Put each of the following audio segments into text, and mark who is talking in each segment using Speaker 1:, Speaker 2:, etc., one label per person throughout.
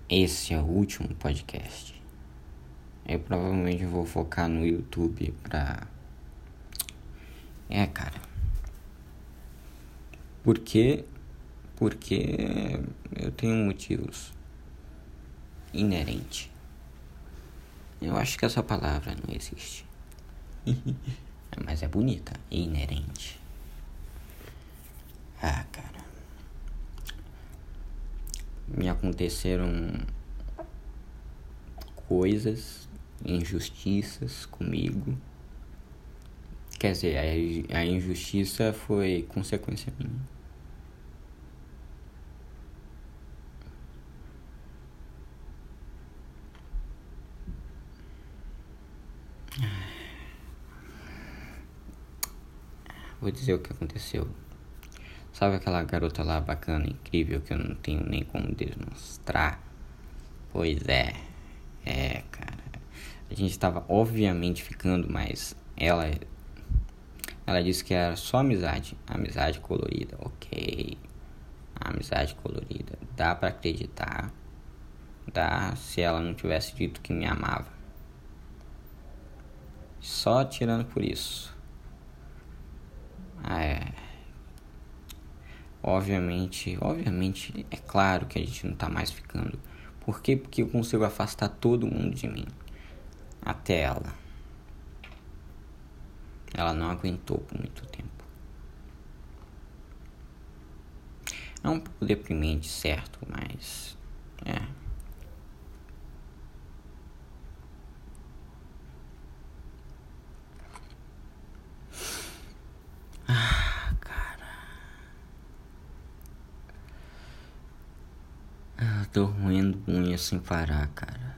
Speaker 1: Esse é o último podcast. Eu provavelmente vou focar no YouTube pra... cara. Por quê? Porque eu tenho motivos inerentes. Eu acho que essa palavra não existe. Mas é bonita. Inerente. Cara. Me aconteceram coisas, injustiças comigo. Quer dizer, a injustiça foi consequência minha. Vou dizer o que aconteceu. Sabe aquela garota lá bacana, incrível, que eu não tenho nem como demonstrar? Pois é, cara. A gente tava obviamente ficando, mas ela disse que era só amizade. Amizade colorida, ok. Amizade colorida, dá pra acreditar. Dá se ela não tivesse dito que me amava. Só tirando por isso. Obviamente, é claro que a gente não tá mais ficando. Por quê? Porque eu consigo afastar todo mundo de mim. Até ela. Ela não aguentou por muito tempo. É um pouco deprimente, certo? Mas... eu tô roendo unha sem parar, cara.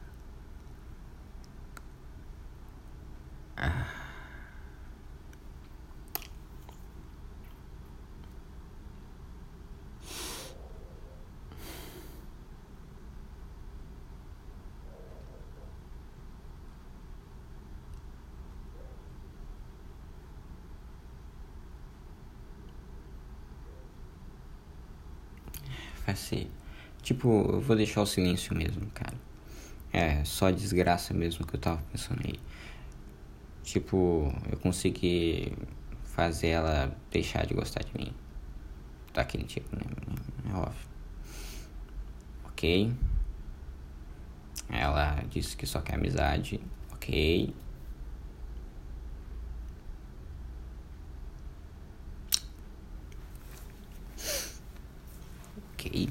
Speaker 1: Vai ser... Tipo, eu vou deixar o silêncio mesmo, cara. É só desgraça mesmo que eu tava pensando aí. Tipo, eu consegui fazer ela deixar de gostar de mim. Daquele tipo, né? É óbvio. Ok. Ela disse que só quer amizade. Ok. Ok.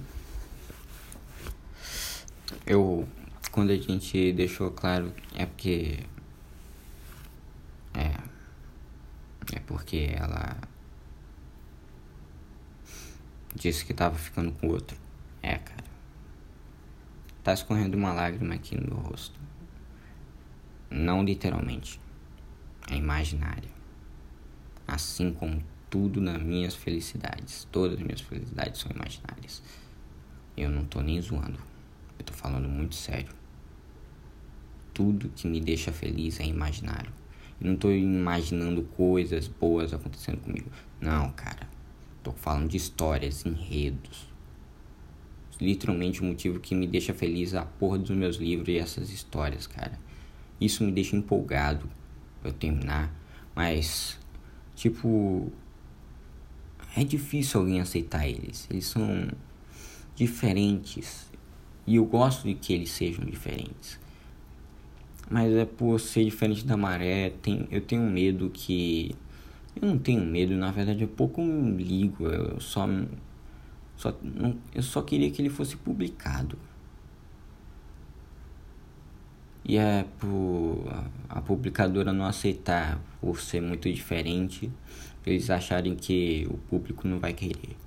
Speaker 1: Quando a gente deixou claro, é porque ela disse que tava ficando com outro. Cara. Tá escorrendo uma lágrima aqui no meu rosto. Não literalmente. É imaginária. Assim como tudo nas minhas felicidades. Todas as minhas felicidades são imaginárias. Eu não tô nem zoando. Eu tô falando muito sério. Tudo que me deixa feliz é imaginário. Eu não tô imaginando coisas boas acontecendo comigo. Não, cara. Tô falando de histórias, enredos. Literalmente o motivo que me deixa feliz é a porra dos meus livros e essas histórias, cara. Isso me deixa empolgado pra eu terminar. Mas, tipo... é difícil alguém aceitar eles. Eles são diferentes. E eu gosto de que eles sejam diferentes. Mas é por ser diferente da maré. Eu tenho medo que... eu não tenho medo, na verdade eu pouco me ligo. Eu só queria que ele fosse publicado. E é por a publicadora não aceitar, por ser muito diferente, eles acharem que o público não vai querer.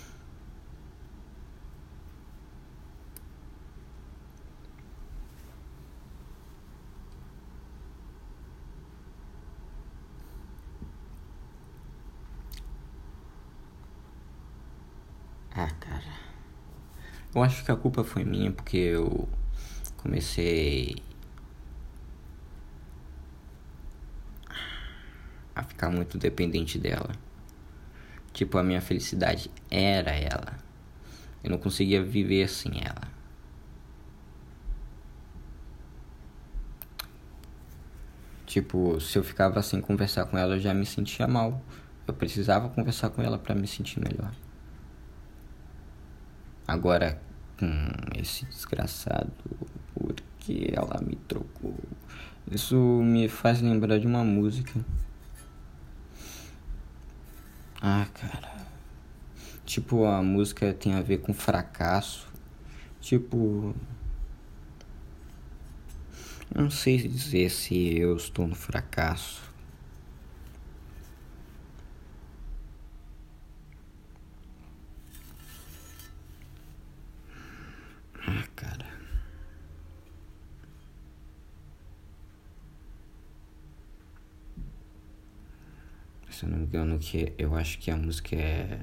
Speaker 1: Cara, eu acho que a culpa foi minha porque eu comecei a ficar muito dependente dela. Tipo, a minha felicidade era ela. Eu não conseguia viver sem ela. Tipo, se eu ficava sem conversar com ela, eu já me sentia mal. Eu precisava conversar com ela pra me sentir melhor. Agora, com esse desgraçado, porque ela me trocou. Isso me faz lembrar de uma música. Ah, cara. Tipo, a música tem a ver com fracasso. Tipo, não sei dizer se eu estou no fracasso. Ah, cara. Se eu não me engano, que eu acho que a música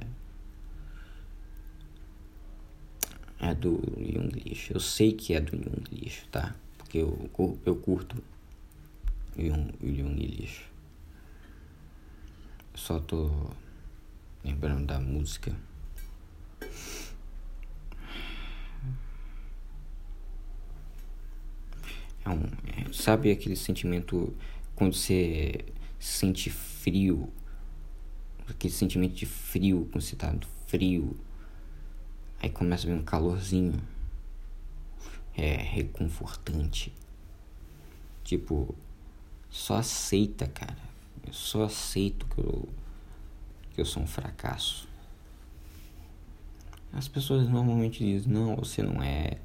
Speaker 1: é do Junglish. Eu sei que é do Junglish, tá? Porque eu curto o Junglish. Só tô lembrando da música. Sabe aquele sentimento quando você sente frio? Aquele sentimento de frio, quando você tá no frio. Aí começa a vir um calorzinho. É reconfortante. Tipo, só aceita, cara. Eu só aceito que eu sou um fracasso. As pessoas normalmente dizem, não, você não é.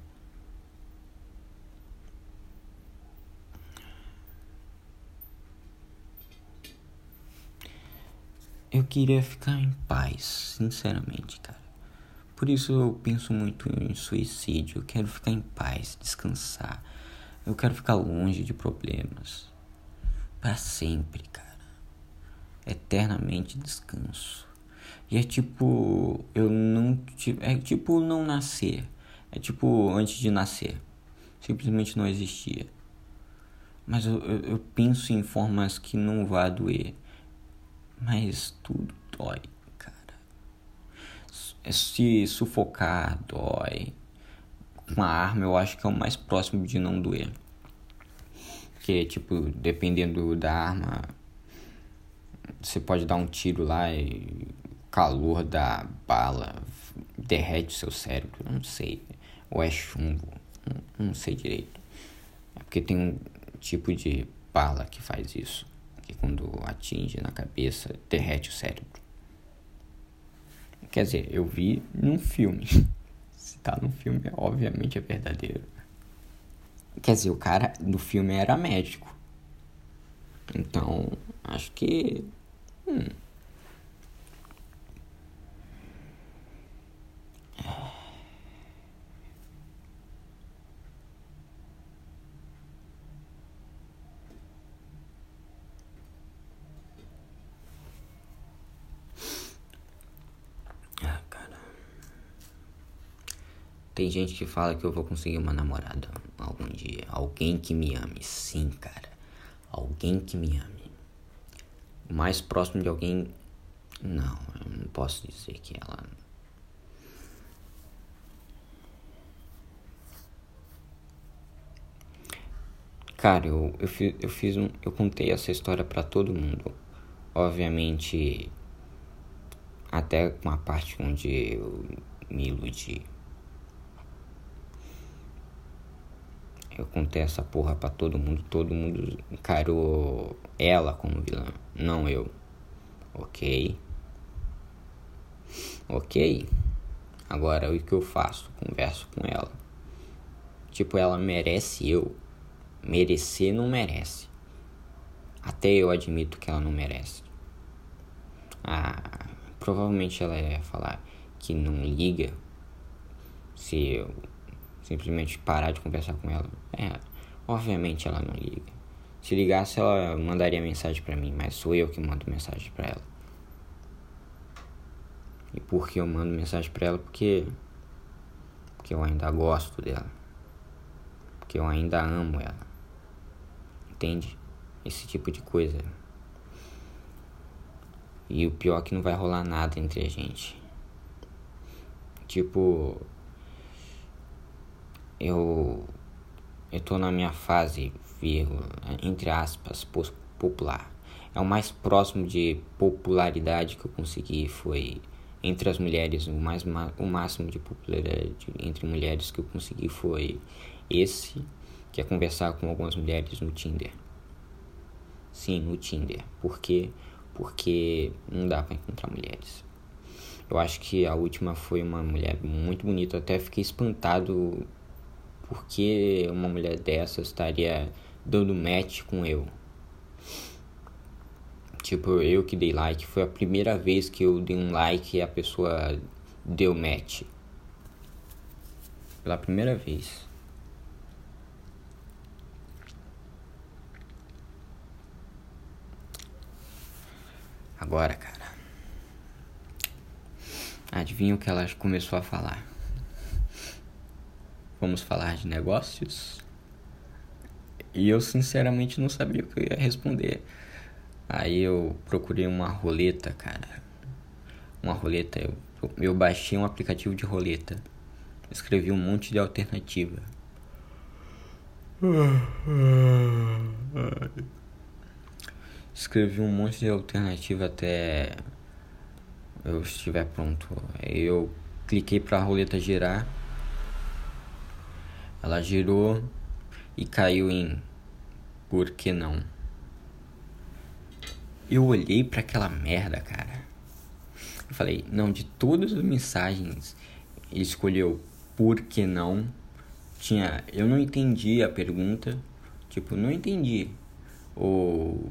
Speaker 1: Eu queria ficar em paz, sinceramente, cara. Por isso eu penso muito em suicídio. Eu quero ficar em paz, descansar. Eu quero ficar longe de problemas. Pra sempre, cara. Eternamente descanso. E é tipo, é tipo não nascer. É tipo antes de nascer. Simplesmente não existia. Mas eu penso em formas que não vá doer. Mas tudo dói, cara. Se sufocar, dói. Uma arma eu acho que é o mais próximo de não doer. Porque, tipo, dependendo da arma, você pode dar um tiro lá e o calor da bala derrete o seu cérebro. Não sei. Ou é chumbo. Não sei direito. É porque tem um tipo de bala que faz isso. Que quando atinge na cabeça, derrete o cérebro. Quer dizer, eu vi num filme. Se tá no filme, obviamente é verdadeiro. Quer dizer, o cara do filme era médico. Então, acho que... cara. Tem gente que fala que eu vou conseguir uma namorada algum dia. Alguém que me ame. Sim, cara. Alguém que me ame. O mais próximo de alguém... Não, eu não posso dizer que ela... Cara, eu contei essa história pra todo mundo. Obviamente, até uma parte onde eu me iludi. Eu contei essa porra pra todo mundo encarou ela como vilã, não eu. Ok? Agora, o que eu faço? Converso com ela. Tipo, ela merece eu. Merecer não merece. Até eu admito que ela não merece. Provavelmente ela ia falar que não liga se eu simplesmente parar de conversar com ela. Obviamente ela não liga. Se ligasse, ela mandaria mensagem pra mim, mas sou eu que mando mensagem pra ela. E por que eu mando mensagem pra ela? Porque eu ainda gosto dela. Porque eu ainda amo ela. Entende? Esse tipo de coisa. E o pior é que não vai rolar nada entre a gente. Tipo... Eu tô na minha fase entre aspas, popular. É o mais próximo de popularidade que eu consegui, foi entre as mulheres, o máximo de popularidade entre mulheres que eu consegui foi esse, que é conversar com algumas mulheres no Tinder. Sim, no Tinder. Por quê? Porque não dá pra encontrar mulheres. Eu acho que a última foi uma mulher muito bonita. Até fiquei espantado porque uma mulher dessa estaria dando match com eu. Tipo, eu que dei like. Foi a primeira vez que eu dei um like e a pessoa deu match. Pela primeira vez. Agora, cara. Adivinha o que ela começou a falar? Vamos falar de negócios? E eu sinceramente não sabia o que eu ia responder. Aí eu procurei uma roleta, cara. Uma roleta, eu baixei um aplicativo de roleta. Escrevi um monte de alternativa. Escrevi um monte de alternativa até eu estiver pronto. Aí eu cliquei pra roleta girar. Ela girou e caiu em por que não? Eu olhei pra aquela merda, cara. Eu falei, não, de todas as mensagens, ele escolheu por que não. Eu não entendi a pergunta. Tipo, não entendi. Ou...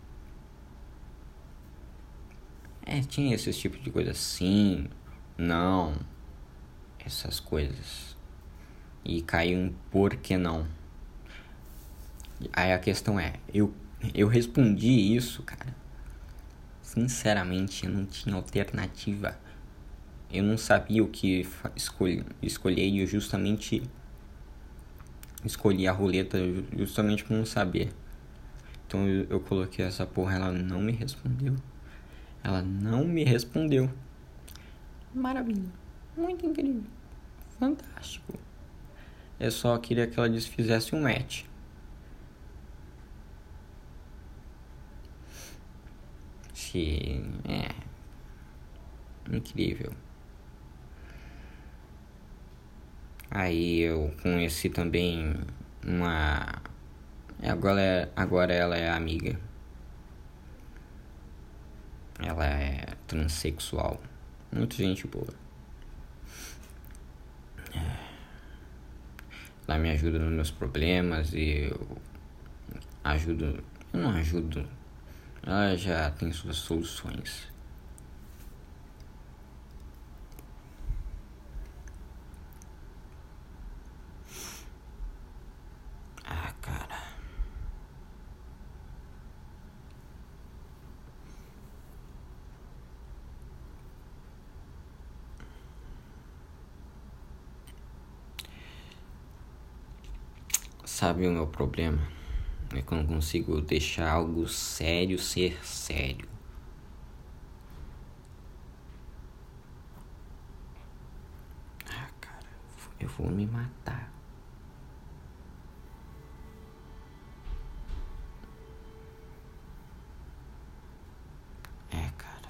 Speaker 1: tinha esse tipo de coisa. Sim, não. Essas coisas. E caiu um por que não. Aí a questão é, eu respondi isso, cara. Sinceramente, eu não tinha alternativa. Eu não sabia o que escolher e eu justamente escolhi a roleta justamente por não saber. Então eu coloquei essa porra, ela não me respondeu. Maravilha. Muito incrível. Fantástico. Eu só queria que ela desfizesse um match. Incrível. Aí eu conheci também uma... Agora ela é amiga. Ela é transexual. Muito gente boa. Ela me ajuda nos meus problemas e eu não ajudo. Ela já tem suas soluções. Cara. Sabe o meu problema? É que eu não consigo deixar algo sério ser sério. Cara, eu vou me matar. Cara.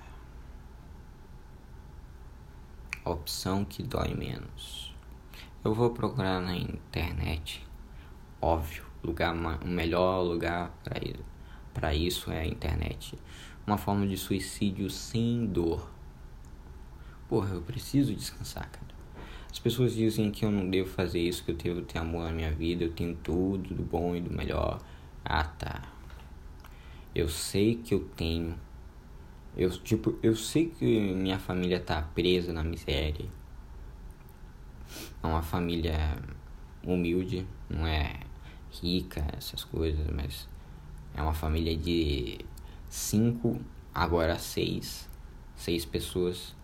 Speaker 1: A opção que dói menos. Eu vou procurar na internet. Óbvio, o melhor lugar para isso é a internet. Uma forma de suicídio sem dor. Porra, eu preciso descansar, cara. As pessoas dizem que eu não devo fazer isso, que eu devo ter amor na minha vida, eu tenho tudo do bom e do melhor. Tá. Eu sei que eu tenho. Eu sei que minha família tá presa na miséria. É uma família humilde, não é rica, essas coisas, mas é uma família de 5, agora 6 pessoas.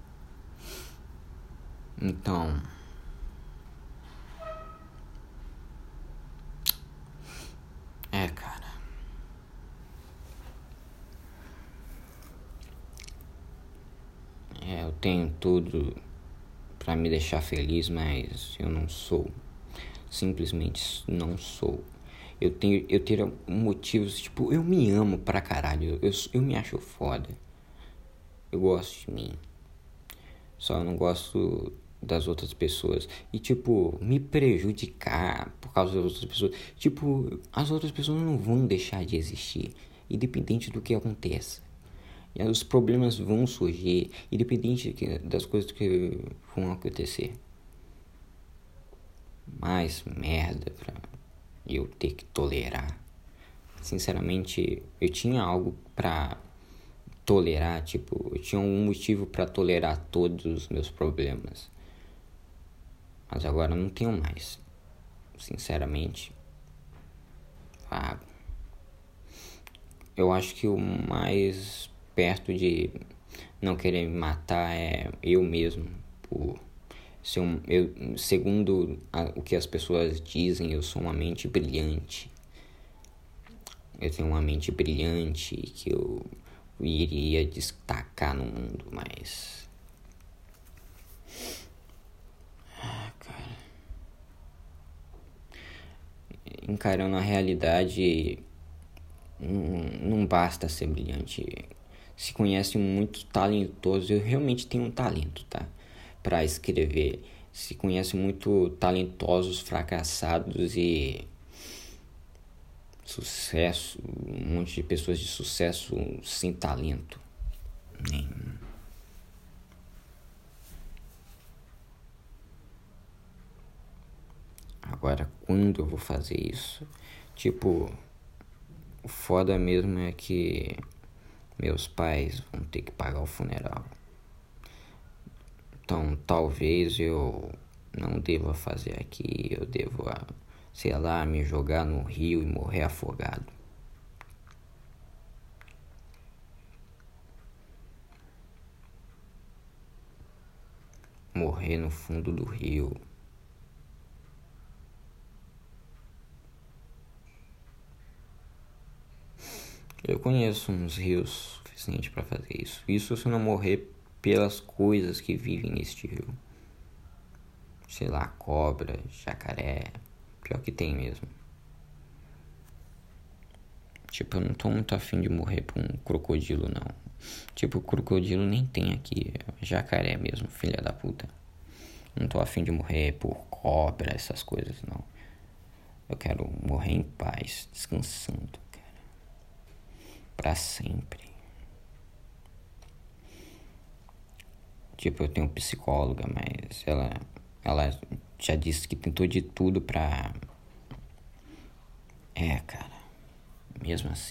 Speaker 1: Então, cara, eu tenho tudo pra me deixar feliz, mas eu não sou. Simplesmente não sou. Eu ter motivos, tipo, eu me amo pra caralho. Eu me acho foda. Eu gosto de mim. Só eu não gosto das outras pessoas. E, tipo, me prejudicar por causa das outras pessoas. Tipo, as outras pessoas não vão deixar de existir, independente do que aconteça. E os problemas vão surgir, independente das coisas que vão acontecer. Mais merda pra eu ter que tolerar. Sinceramente, eu tinha algo pra tolerar, tipo, eu tinha um motivo pra tolerar todos os meus problemas. Mas agora não tenho mais. Sinceramente, vago. Eu acho que o mais perto de não querer me matar é eu mesmo, por ser segundo o que as pessoas dizem, eu sou uma mente brilhante. Eu tenho uma mente brilhante que eu iria destacar no mundo, mas... cara... encarando a realidade, não basta ser brilhante. Se conhece muito talentoso, eu realmente tenho um talento, tá? Pra escrever. Se conhece muito talentosos, fracassados e sucesso, um monte de pessoas de sucesso sem talento nenhum. Agora, quando eu vou fazer isso? Tipo, o foda mesmo é que meus pais vão ter que pagar o funeral. Então, talvez eu não deva fazer aqui, eu devo, sei lá, me jogar no rio e morrer afogado. Morrer no fundo do rio. Eu conheço uns rios suficientes pra fazer isso. Isso se eu não morrer pelas coisas que vivem neste rio. Sei lá, cobra, jacaré. Pior que tem mesmo. Tipo, eu não tô muito afim de morrer por um crocodilo, não. Tipo, crocodilo nem tem aqui. Jacaré mesmo, filha da puta. Não tô afim de morrer por cobra, essas coisas, não. Eu quero morrer em paz, descansando, cara. Pra sempre. Tipo, eu tenho psicóloga, mas ela já disse que tentou de tudo pra... cara, mesmo assim.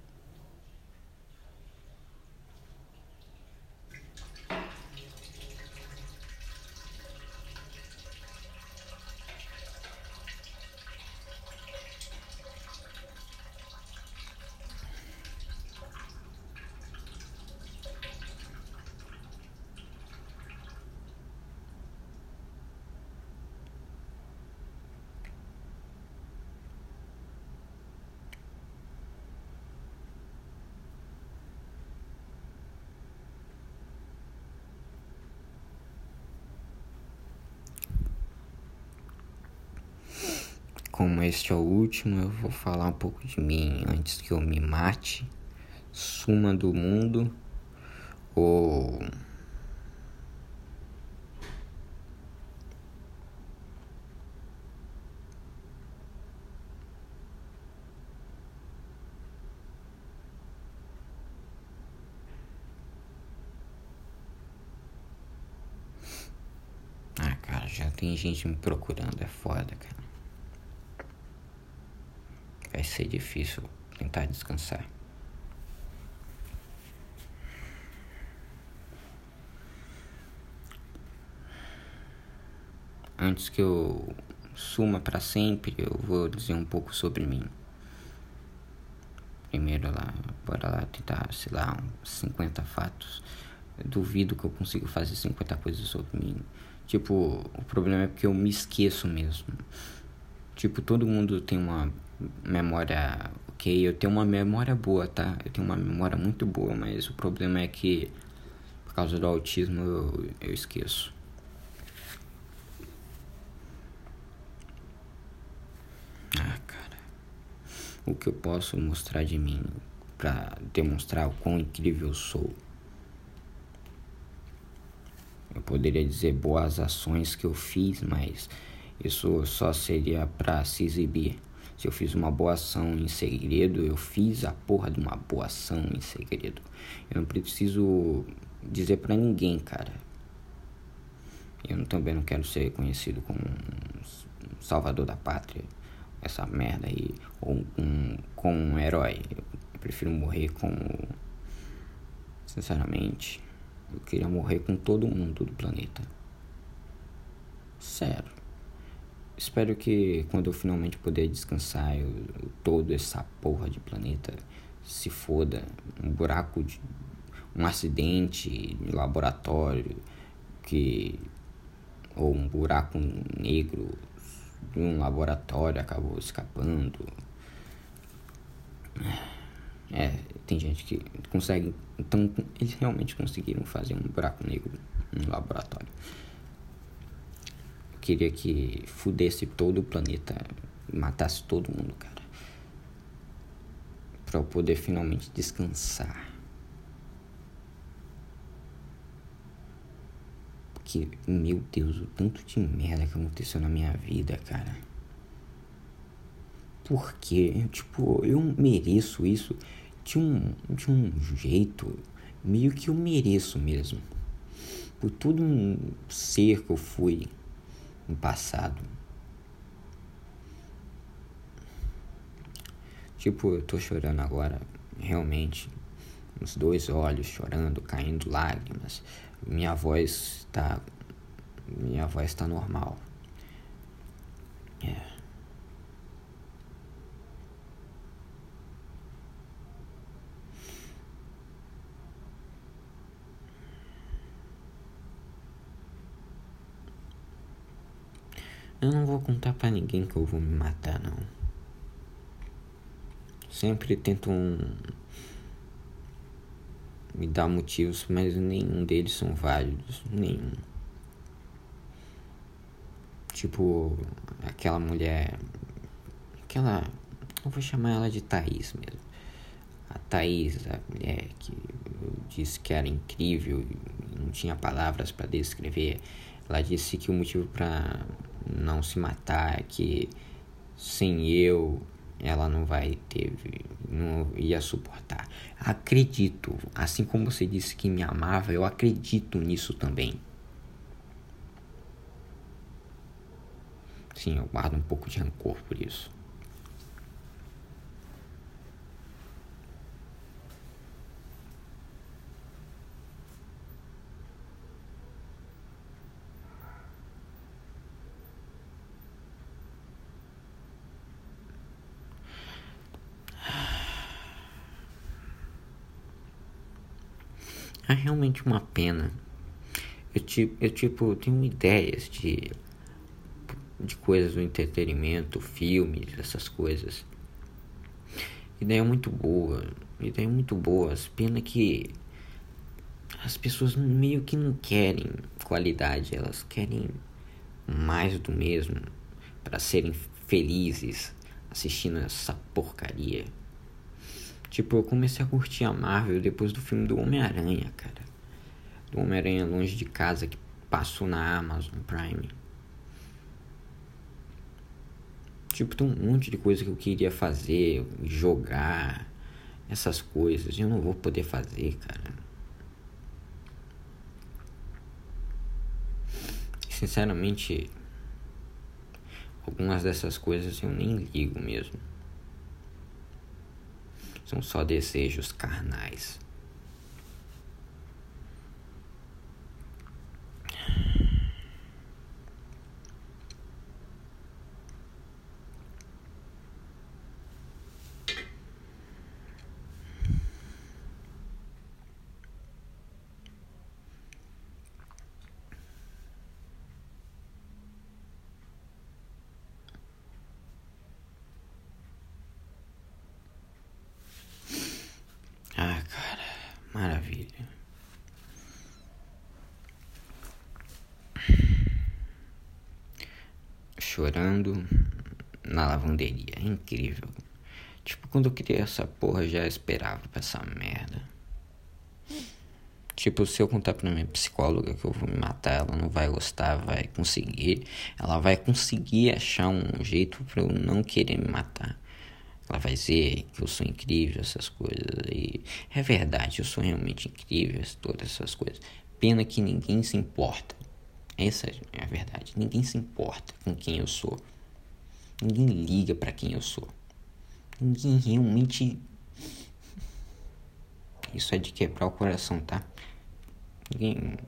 Speaker 1: Como este é o último, eu vou falar um pouco de mim antes que eu me mate, suma do mundo ou... cara, já tem gente me procurando, é foda, cara. Vai ser difícil tentar descansar. Antes que eu suma pra sempre, eu vou dizer um pouco sobre mim. Primeiro bora lá tentar, sei lá, uns 50 fatos. Eu duvido que eu consiga fazer 50 coisas sobre mim. Tipo, o problema é porque eu me esqueço mesmo. Tipo, todo mundo tem uma memória... ok, eu tenho uma memória boa, tá? Eu tenho uma memória muito boa, mas o problema é que por causa do autismo eu esqueço. Cara. o que eu posso mostrar de mim para demonstrar o quão incrível eu sou. Eu poderia dizer boas ações que eu fiz, mas isso só seria para se exibir. Se eu fiz uma boa ação em segredo, eu fiz a porra de uma boa ação em segredo. Eu não preciso dizer pra ninguém, cara. Eu também não quero ser conhecido como um salvador da pátria, essa merda aí, ou como um herói. Eu prefiro morrer como... Sinceramente, eu queria morrer com todo mundo do planeta. Sério. Espero que quando eu finalmente puder descansar, todo essa porra de planeta se foda. Um buraco de... um acidente de laboratório ou um buraco negro de um laboratório acabou escapando. Tem gente que consegue. Então, eles realmente conseguiram fazer um buraco negro no laboratório. Eu queria que fudesse todo o planeta, matasse todo mundo, cara, pra eu poder finalmente descansar. Porque, meu Deus, o tanto de merda que aconteceu na minha vida, cara. Porque, tipo, eu mereço isso de um jeito, meio que eu mereço mesmo. Por todo um ser que eu fui no passado. Tipo, eu tô chorando agora, realmente, os 2 olhos chorando, caindo lágrimas. Minha voz tá normal. Eu não vou contar pra ninguém que eu vou me matar, não. Sempre tentam me dar motivos, mas nenhum deles são válidos. Nenhum. Tipo, aquela mulher... eu vou chamar ela de Thaís mesmo. A Thaís, a mulher que eu disse que era incrível e não tinha palavras pra descrever. Ela disse que o motivo pra não se matar é que sem eu ela não ia suportar. Acredito, assim como você disse que me amava, eu acredito nisso também. Sim, eu guardo um pouco de rancor por isso. É realmente uma pena. Eu tenho ideias de coisas do entretenimento, filmes, essas coisas. Ideia muito boas. Pena que as pessoas meio que não querem qualidade, elas querem mais do mesmo para serem felizes assistindo essa porcaria. Tipo, eu comecei a curtir a Marvel depois do filme do Homem-Aranha, cara. Do Homem-Aranha Longe de Casa, que passou na Amazon Prime. Tipo, tem um monte de coisa que eu queria fazer, jogar, essas coisas. Eu não vou poder fazer, cara. Sinceramente, algumas dessas coisas eu nem ligo mesmo. São só desejos carnais. Ah, cara, maravilha. Chorando na lavanderia, incrível. Tipo, quando eu criei essa porra, eu já esperava pra essa merda. Tipo, se eu contar pra minha psicóloga que eu vou me matar, ela não vai gostar, vai conseguir. Ela vai conseguir achar um jeito pra eu não querer me matar. Ela vai dizer que eu sou incrível, essas coisas. E é verdade, eu sou realmente incrível, todas essas coisas. Pena que ninguém se importa. Essa é a verdade. Ninguém se importa com quem eu sou. Ninguém liga pra quem eu sou. Ninguém realmente... Isso é de quebrar o coração, tá? Ninguém...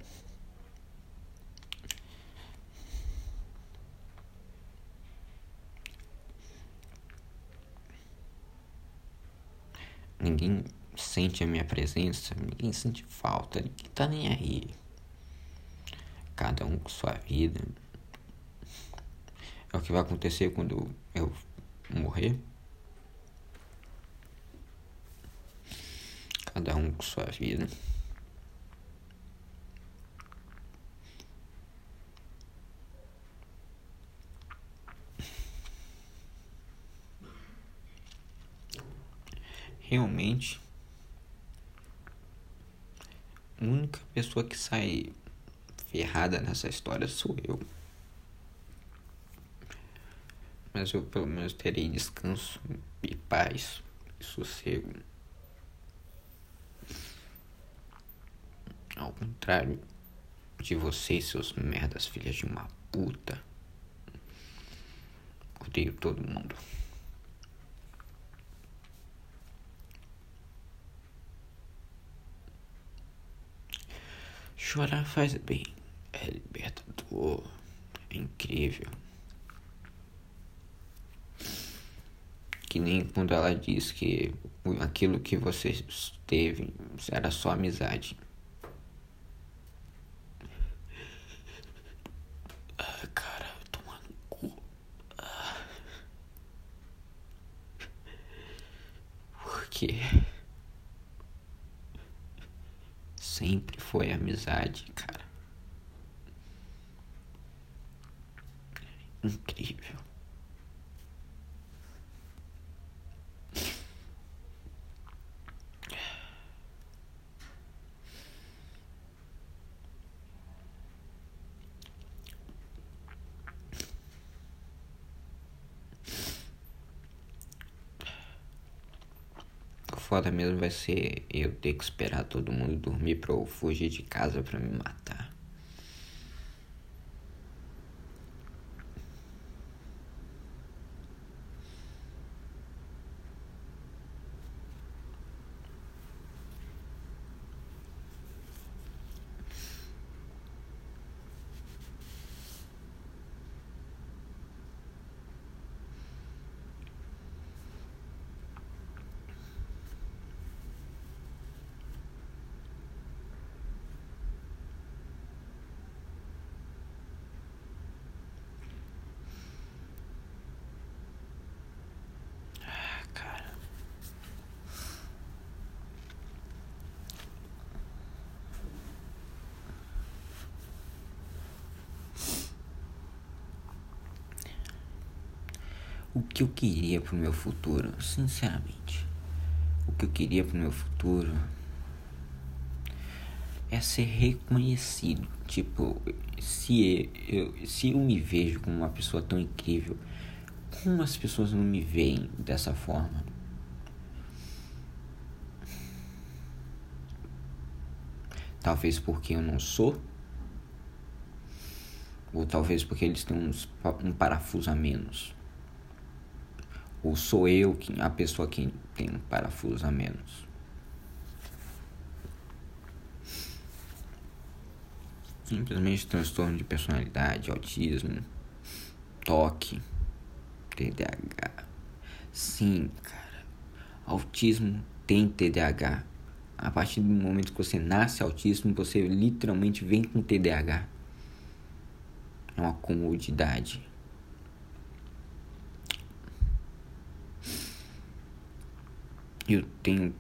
Speaker 1: Ninguém sente a minha presença. Ninguém sente falta. Ninguém tá nem aí. Cada um com sua vida. É o que vai acontecer quando eu morrer. Cada um com sua vida. Realmente, a única pessoa que sai ferrada nessa história sou eu. Mas eu pelo menos terei descanso e paz e sossego. Ao contrário de vocês, seus merdas, filhas de uma puta. Odeio todo mundo. Chorar faz bem. É libertador. É incrível. Que nem quando ela diz que aquilo que você teve era só amizade. Cara, tomar no cu. Porque sempre foi amizade, cara. Incrível. O foda mesmo vai ser eu ter que esperar todo mundo dormir pra eu fugir de casa pra me matar. Cara. O que eu queria pro meu futuro, sinceramente, o que eu queria pro meu futuro é ser reconhecido. Tipo, se eu me vejo como uma pessoa tão incrível, como as pessoas não me veem dessa forma? Talvez porque eu não sou, ou talvez porque eles têm um parafuso a menos. Ou sou eu a pessoa que tem um parafuso a menos. Simplesmente transtorno de personalidade, autismo, toque, TDAH. Sim, cara. Autismo tem TDAH. A partir do momento que você nasce autismo, você literalmente vem com TDAH. É uma comodidade. Eu tenho...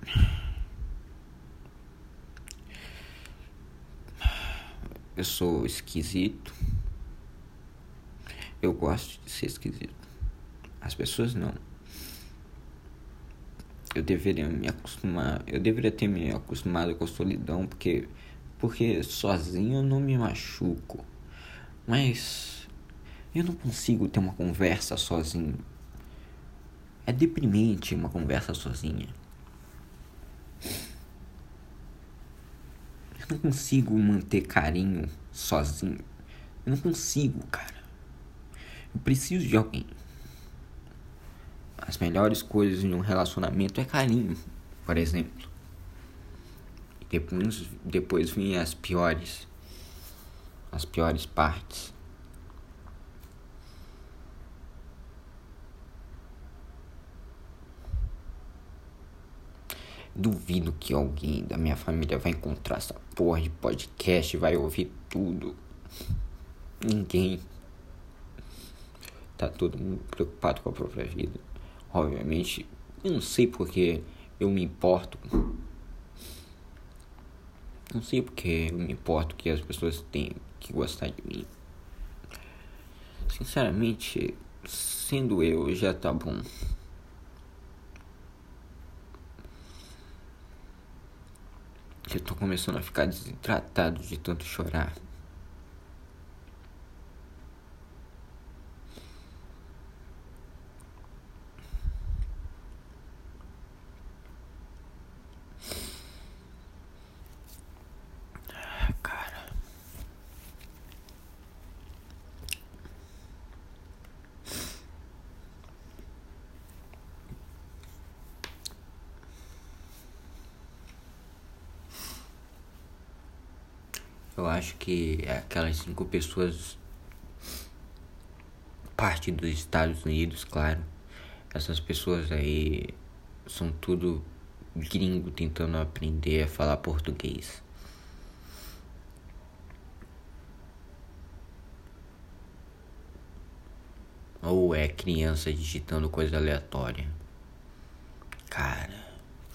Speaker 1: Eu sou esquisito. Eu gosto de ser esquisito. As pessoas não. Eu deveria ter me acostumado com a solidão, porque sozinho eu não me machuco. Mas eu não consigo ter uma conversa sozinho. É deprimente uma conversa sozinha. Eu não consigo manter carinho sozinho. Eu não consigo, cara. Eu preciso de alguém. As melhores coisas em um relacionamento é carinho, por exemplo. E depois vêm as piores partes. Duvido que alguém da minha família vai encontrar essa porra de podcast e vai ouvir tudo. Ninguém. Tá todo mundo preocupado com a própria vida. Obviamente, eu não sei porque eu me importo. Não sei porque eu me importo que as pessoas têm que gostar de mim. Sinceramente, sendo eu, já tá bom. Eu tô começando a ficar desidratado de tanto chorar. Cara. Eu acho que aquelas 5 pessoas, parte dos Estados Unidos, claro. Essas pessoas aí são tudo gringo tentando aprender a falar português. Ou é criança digitando coisa aleatória. Cara.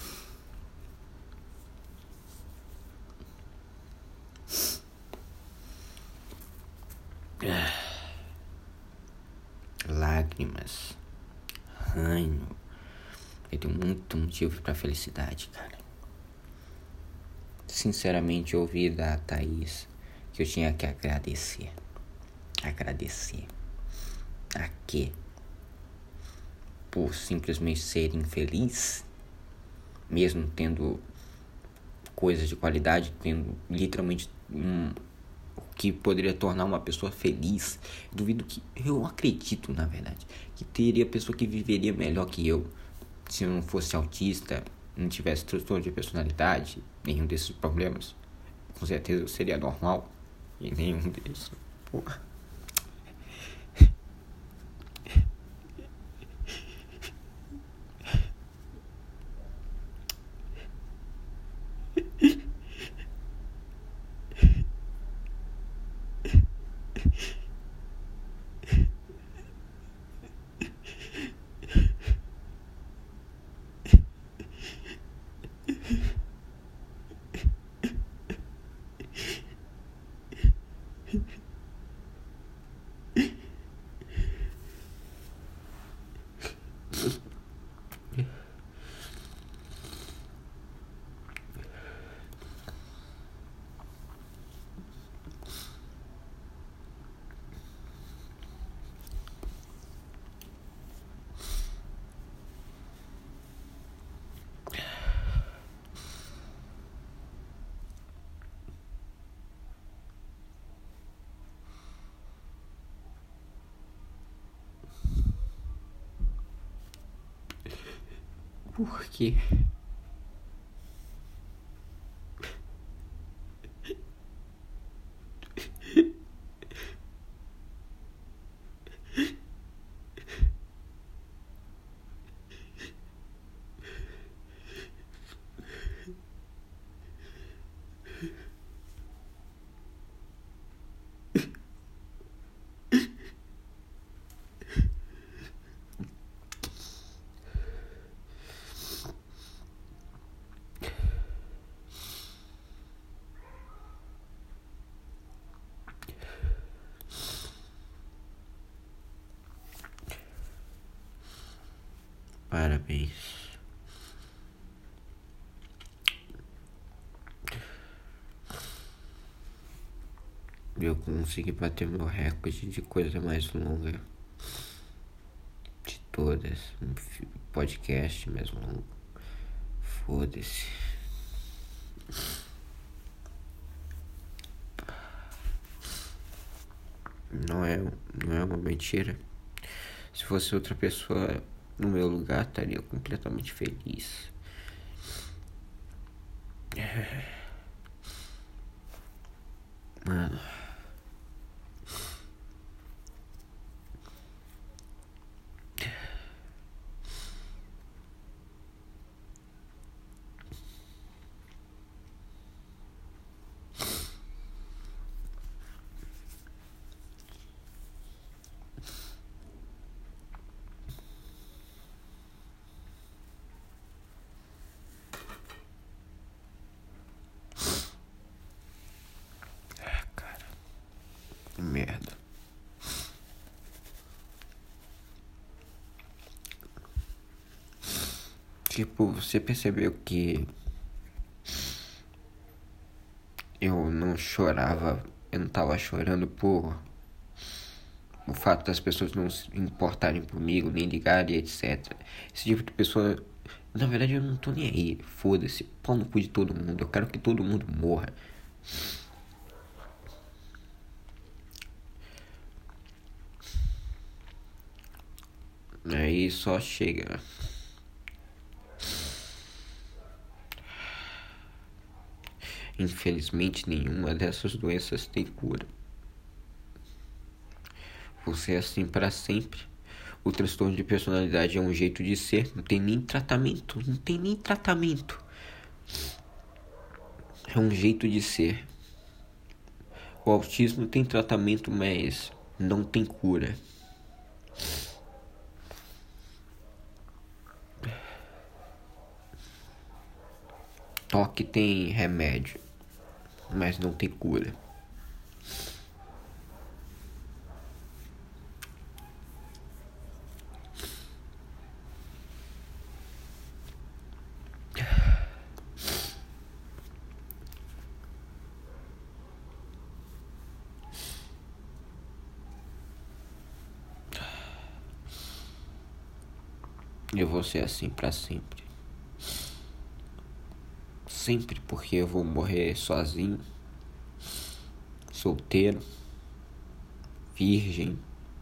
Speaker 1: Lágrimas. Ranho. Eu tenho muito motivo pra felicidade, cara. Sinceramente, eu ouvi da Thaís que eu tinha que agradecer. Agradecer. A quê? Por simplesmente ser infeliz? Mesmo tendo coisas de qualidade, tendo literalmente o que poderia tornar uma pessoa feliz. Duvido que... Eu acredito, na verdade, que teria pessoa que viveria melhor que eu. Se eu não fosse autista, não tivesse transtorno de personalidade, nenhum desses problemas. Com certeza eu seria normal. E nenhum deles. Porra. Por quê? Parabéns.
Speaker 2: eu consegui bater meu recorde de coisa mais longa de todas. Um podcast mais longo. Foda-se. Não é uma mentira. Se fosse outra pessoa no meu lugar, estaria completamente feliz. Mano. Cara, que merda. Tipo, você percebeu que eu não chorava, eu não tava chorando por o fato das pessoas não se importarem comigo, nem ligarem, etc. Esse tipo de pessoa, na verdade eu não tô nem aí, foda-se, pau no cu de todo mundo, eu quero que todo mundo morra. Aí só chega. Infelizmente nenhuma dessas doenças tem cura. Você é assim para sempre. O transtorno de personalidade é um jeito de ser, não tem nem tratamento, não tem nem tratamento. É um jeito de ser. O autismo tem tratamento, mas não tem cura. Toque tem remédio, mas não tem cura. Eu vou ser assim pra sempre. Sempre, porque eu vou morrer sozinho, solteiro, virgem.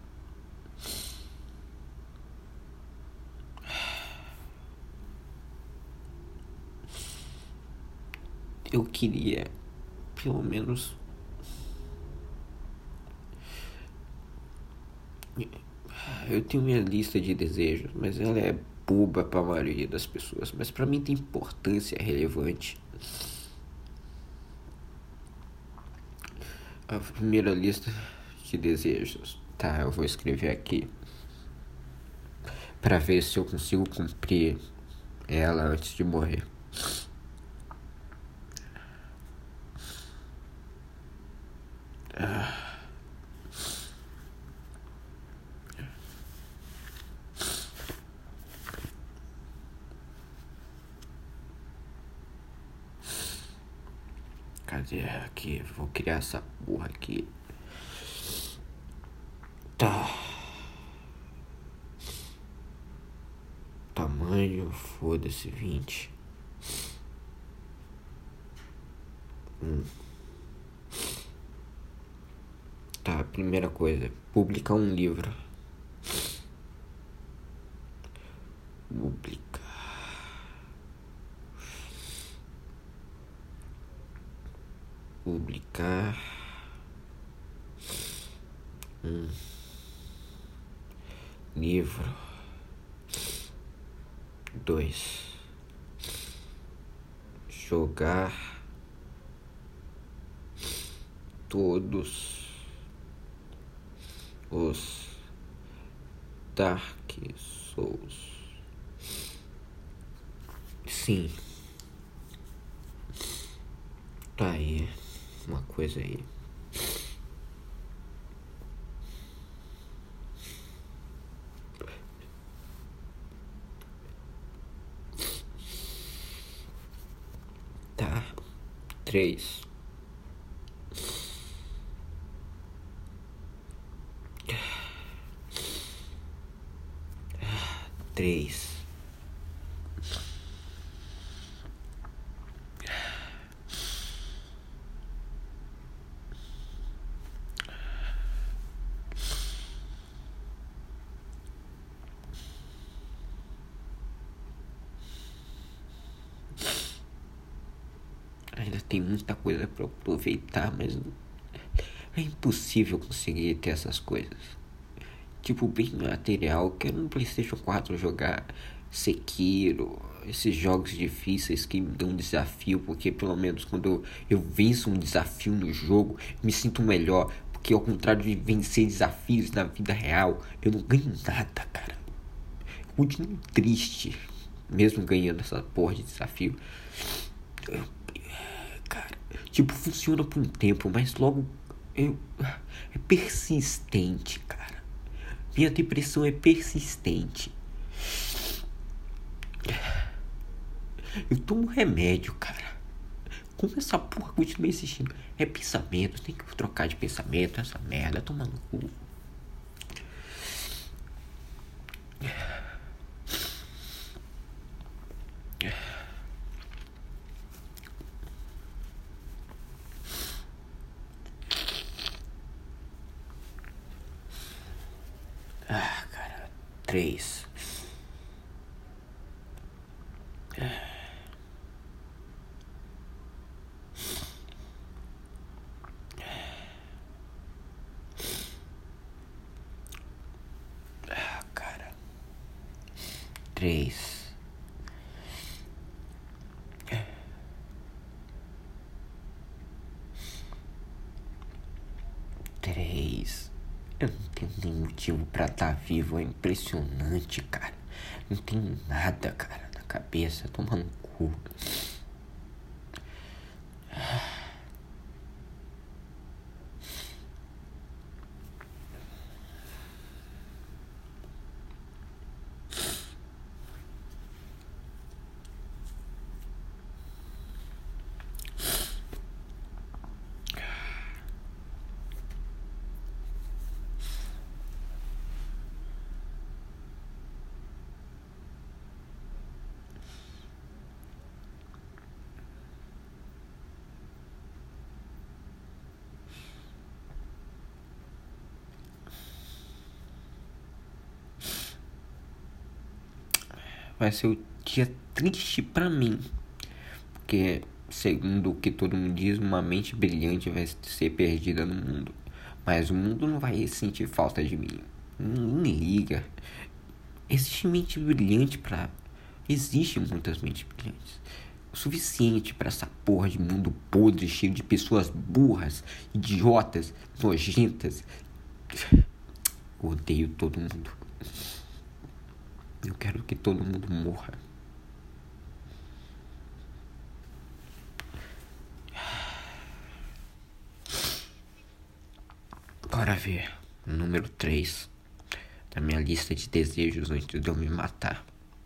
Speaker 2: Eu queria, pelo menos, eu tenho minha lista de desejos, mas ela é boba para a maioria das pessoas, mas para mim tem importância, é relevante. A primeira lista de desejos, tá? Eu vou escrever aqui para ver se eu consigo cumprir ela antes de morrer. Cadê aqui? Vou criar essa porra aqui. Tá. Tamanho, foda-se, 20. Tá, primeira coisa, publicar um livro. Publicar um livro. 2. Jogar todos os Dark Souls. Sim. Tá aí. Uma coisa aí. Tá. 3.
Speaker 1: 3.
Speaker 2: Ainda tem muita coisa pra aproveitar, mas é impossível conseguir ter essas coisas. Tipo, bem material, quero no PlayStation 4 jogar Sekiro, esses jogos difíceis que me dão um desafio, porque pelo menos quando eu venço um desafio no jogo, me sinto melhor, porque ao contrário de vencer desafios na vida real, eu não ganho nada, cara. Eu continuo triste, mesmo ganhando essa porra de desafio. Cara, tipo, funciona por um tempo, mas logo é persistente, cara. Minha depressão é persistente. Eu tomo remédio, cara. Como essa porra continua existindo? É pensamento, tem que trocar de pensamento, essa merda, toma no cu. Cara, 3. Cara, 3. 3. Eu não tenho nenhum motivo pra estar vivo. É impressionante, cara. Não tenho nada, cara, na cabeça. Toma no cu. Vai ser o dia triste pra mim. Porque, segundo o que todo mundo diz, uma mente brilhante vai ser perdida no mundo. Mas o mundo não vai sentir falta de mim. Nem liga. Existe mente brilhante pra... Existem muitas mentes brilhantes. O suficiente pra essa porra de mundo podre, cheio de pessoas burras, idiotas, nojentas. Odeio todo mundo. Eu quero que todo mundo morra. Bora ver. Número 3 da minha lista de desejos antes de eu me matar.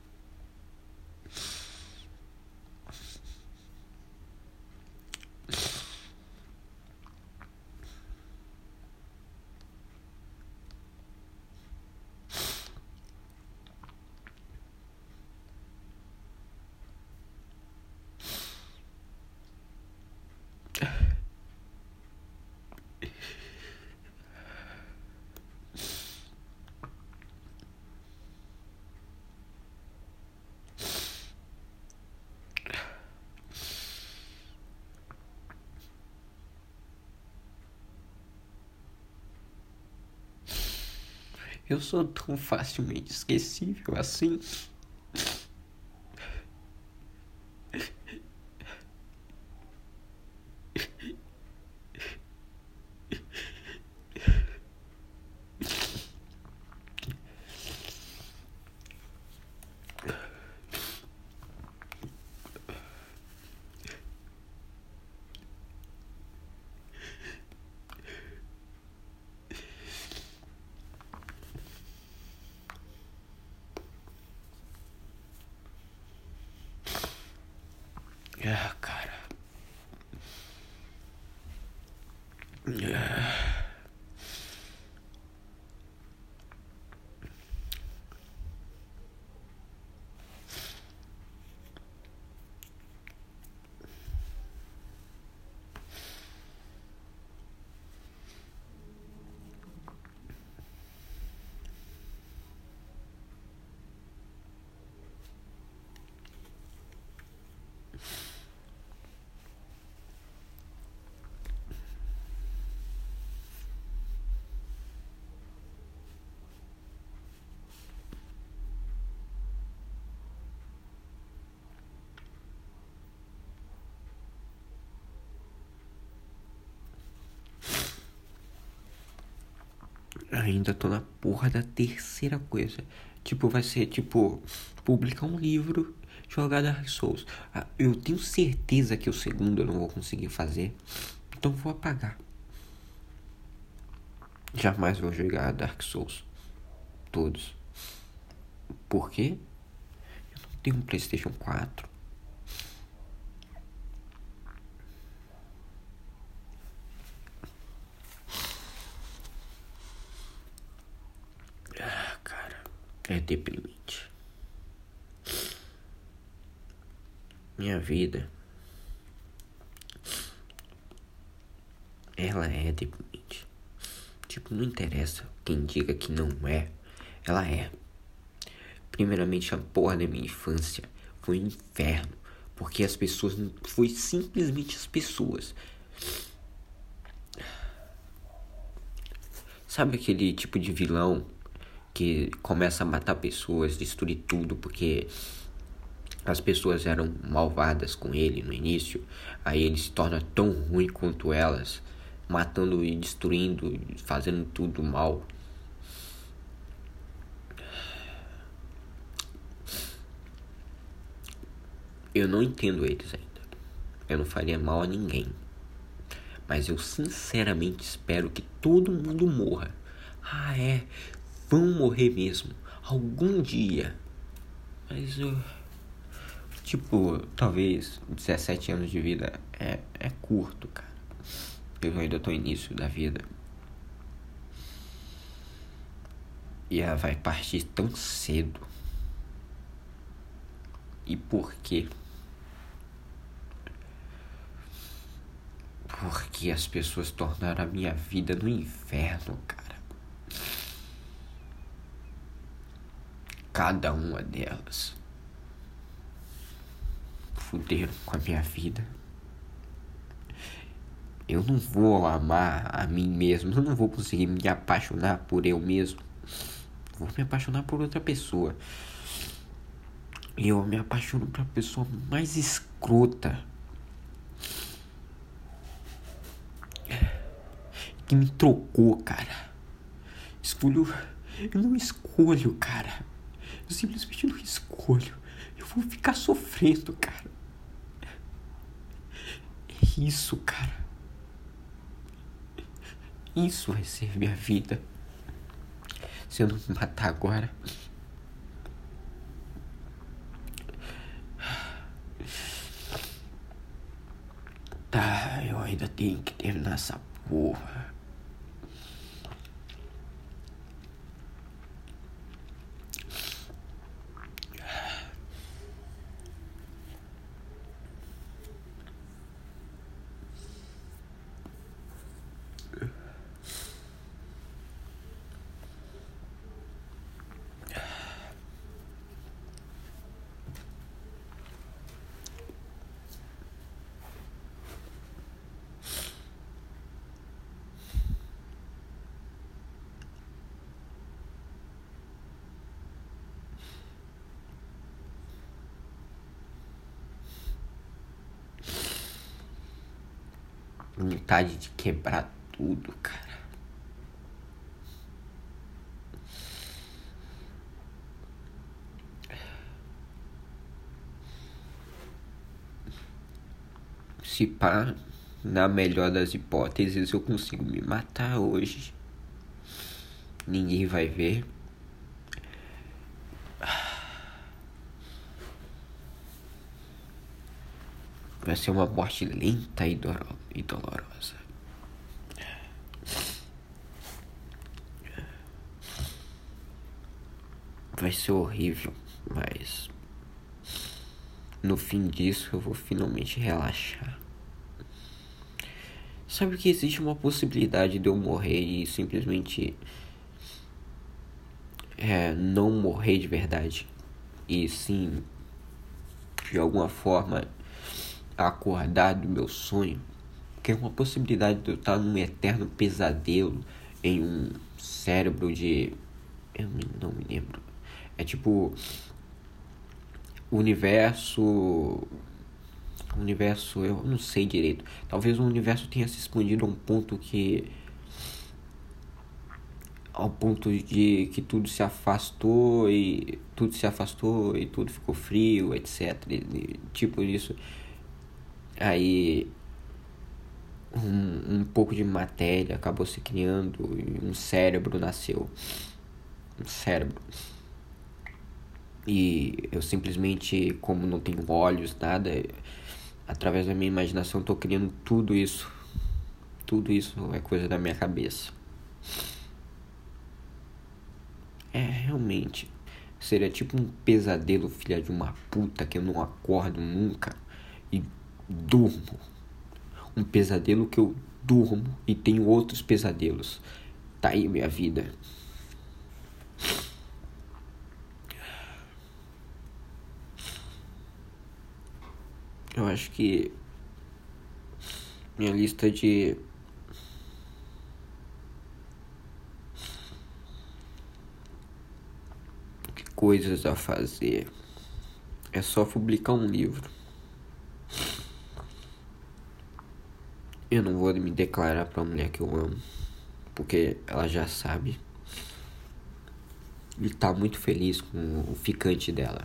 Speaker 2: Eu sou tão facilmente esquecível assim. Cara. Ainda tô na porra da terceira coisa. Tipo, vai ser tipo publicar um livro, jogar Dark Souls. Eu tenho certeza que o segundo eu não vou conseguir fazer. Então vou apagar. Jamais vou jogar Dark Souls. Todos. Por quê? Eu não tenho um PlayStation 4. Cara, é deprimente. Minha vida, ela é deprimente. Tipo, não interessa quem diga que não é. Ela é. Primeiramente, a porra da minha infância foi um inferno. Porque as pessoas... Foi simplesmente as pessoas. Sabe aquele tipo de vilão que começa a matar pessoas, destruir tudo porque as pessoas eram malvadas com ele no início? Aí ele se torna tão ruim quanto elas, matando e destruindo, fazendo tudo mal. Eu não entendo eles ainda. Eu não faria mal a ninguém. Mas eu sinceramente espero que todo mundo morra. Vão morrer mesmo. Algum dia. Mas eu... Tipo, talvez 17 anos de vida é curto, cara. Eu ainda tô no início da vida. E ela vai partir tão cedo. E por quê? Porque as pessoas tornaram a minha vida no inferno, cara. Cada uma delas fuderam com a minha vida. Eu não vou amar a mim mesmo. Eu não vou conseguir me apaixonar por eu mesmo. Vou me apaixonar por outra pessoa. E eu me apaixono pra pessoa mais escrota que me trocou, cara. Eu não escolho, cara. Eu simplesmente não escolho. Eu vou ficar sofrendo, cara. É isso, cara. Isso vai ser minha vida. Se eu não me matar agora. Tá, eu ainda tenho que terminar essa porra. Vontade de quebrar tudo, cara. Se pá, na melhor das hipóteses, eu consigo me matar hoje. Ninguém vai ver. Vai ser uma morte lenta e dolorosa. Vai ser horrível, mas no fim disso eu vou finalmente relaxar. Sabe que existe uma possibilidade de eu morrer e simplesmente não morrer de verdade, e sim de alguma forma acordar do meu sonho, que é uma possibilidade de eu estar num eterno pesadelo em um cérebro de... eu não me lembro. É tipo o universo, eu não sei direito. Talvez o universo tenha se expandido a um ponto que ao ponto de que tudo ficou frio, etc. Tipo isso. Aí um pouco de matéria acabou se criando e um cérebro nasceu. Um cérebro. E eu simplesmente, como não tenho olhos, nada, através da minha imaginação tô criando tudo isso. Tudo isso é coisa da minha cabeça. Realmente. Seria tipo um pesadelo, filha de uma puta, que eu não acordo nunca e durmo. Um pesadelo que eu durmo e tenho outros pesadelos. Tá aí minha vida. Eu acho que minha lista de coisas a fazer é só publicar um livro. Eu não vou me declarar pra mulher que eu amo, porque ela já sabe. E tá muito feliz com o ficante dela.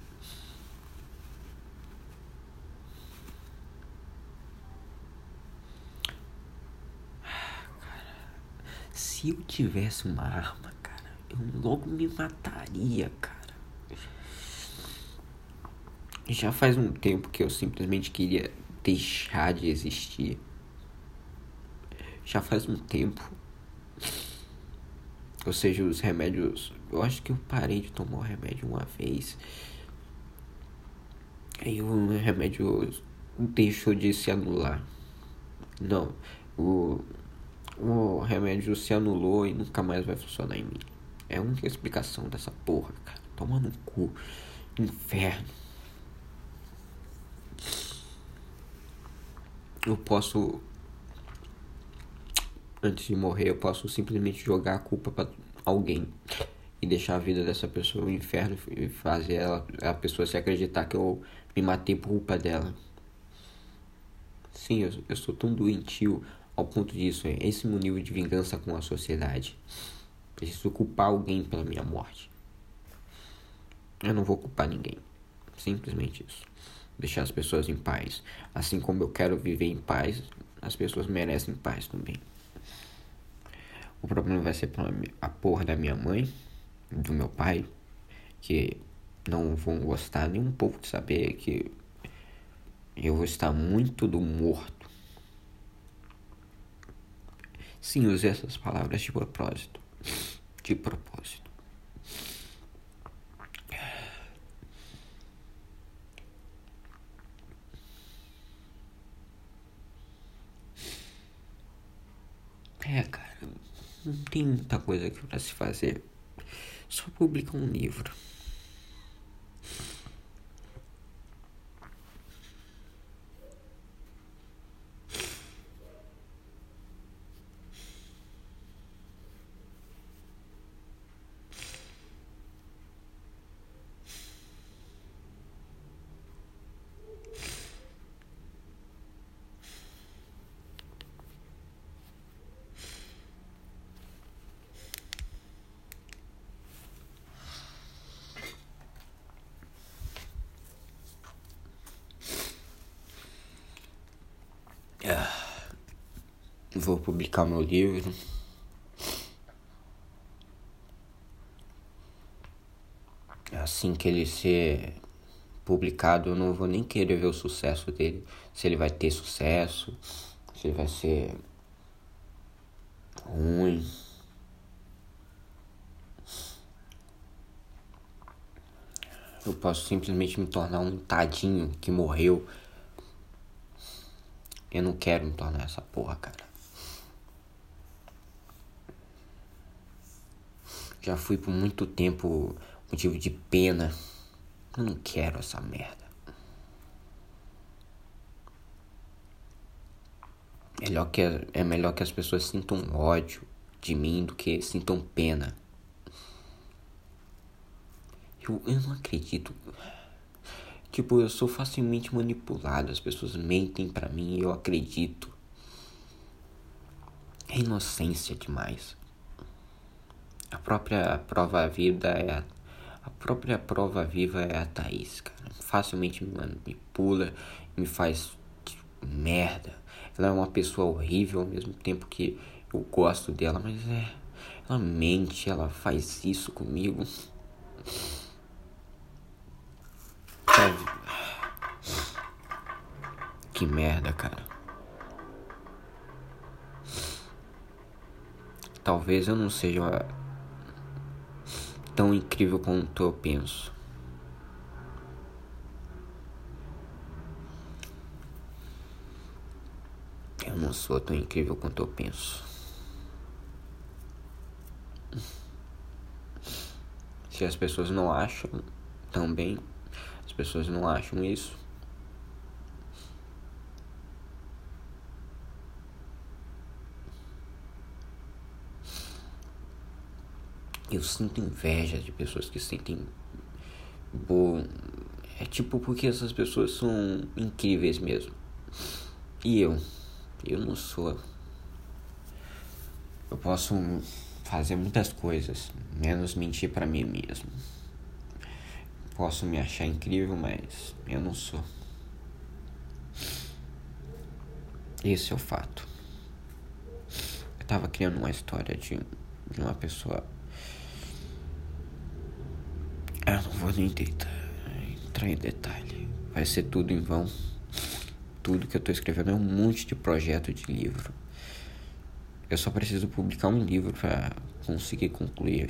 Speaker 2: Se eu tivesse uma arma, cara, eu logo me mataria, cara. Já faz um tempo que eu simplesmente queria deixar de existir. Já faz um tempo. Ou seja, os remédios... Eu acho que eu parei de tomar o remédio uma vez. Aí o remédio deixou de se anular. Não, o remédio se anulou e nunca mais vai funcionar em mim. É a única explicação dessa porra, cara. Toma no cu. Inferno. Eu posso... Antes de morrer, eu posso simplesmente jogar a culpa pra alguém e deixar a vida dessa pessoa no inferno e fazer a pessoa se acreditar que eu me matei por culpa dela. Sim, eu sou tão doentio ao ponto disso. Esse é o meu nível de vingança com a sociedade. Preciso culpar alguém pela minha morte. Eu não vou culpar ninguém. Simplesmente isso. Deixar as pessoas em paz. Assim como eu quero viver em paz, as pessoas merecem paz também. O problema vai ser pra a porra da minha mãe, do meu pai, que não vão gostar nem um pouco de saber que eu vou estar muito do morto. Sim, usei essas palavras de propósito. De propósito. Cara, não tem muita coisa aqui pra se fazer. Só publicar um livro. Vou publicar meu livro. Assim que ele ser publicado, eu não vou nem querer ver o sucesso dele. Se ele vai ter sucesso, se ele vai ser ruim. Eu posso simplesmente me tornar um tadinho que morreu. Eu não quero me tornar essa porra, cara. Já fui por muito tempo motivo de pena. Eu não quero essa merda. É melhor que as pessoas sintam ódio de mim do que sintam pena. Eu não acredito. Tipo, eu sou facilmente manipulado. As pessoas mentem pra mim e eu acredito. É inocência demais. A própria prova vida a própria prova viva é a Thaís, cara. Facilmente me manipula, me faz merda. Ela é uma pessoa horrível ao mesmo tempo que eu gosto dela, mas ela mente, ela faz isso comigo. Sabe? Que merda, cara. Talvez eu não seja tão incrível quanto eu penso. Eu não sou tão incrível quanto eu penso. Se as pessoas não acham também, as pessoas não acham isso, eu sinto inveja de pessoas que sentem boa. É tipo porque essas pessoas são incríveis mesmo. E eu não sou. Eu posso fazer muitas coisas, menos mentir pra mim mesmo. Posso me achar incrível, mas eu não sou. Esse é o fato. Eu tava criando uma história de uma pessoa. Eu não vou nem entrar em detalhe. Vai ser tudo em vão. Tudo que eu tô escrevendo é um monte de projeto de livro. Eu só preciso publicar um livro pra conseguir concluir.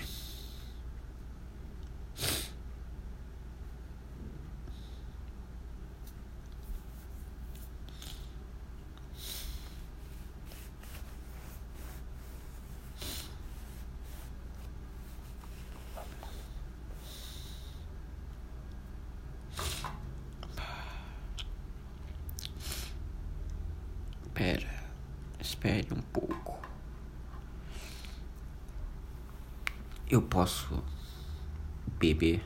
Speaker 2: Espere um pouco. Eu posso beber,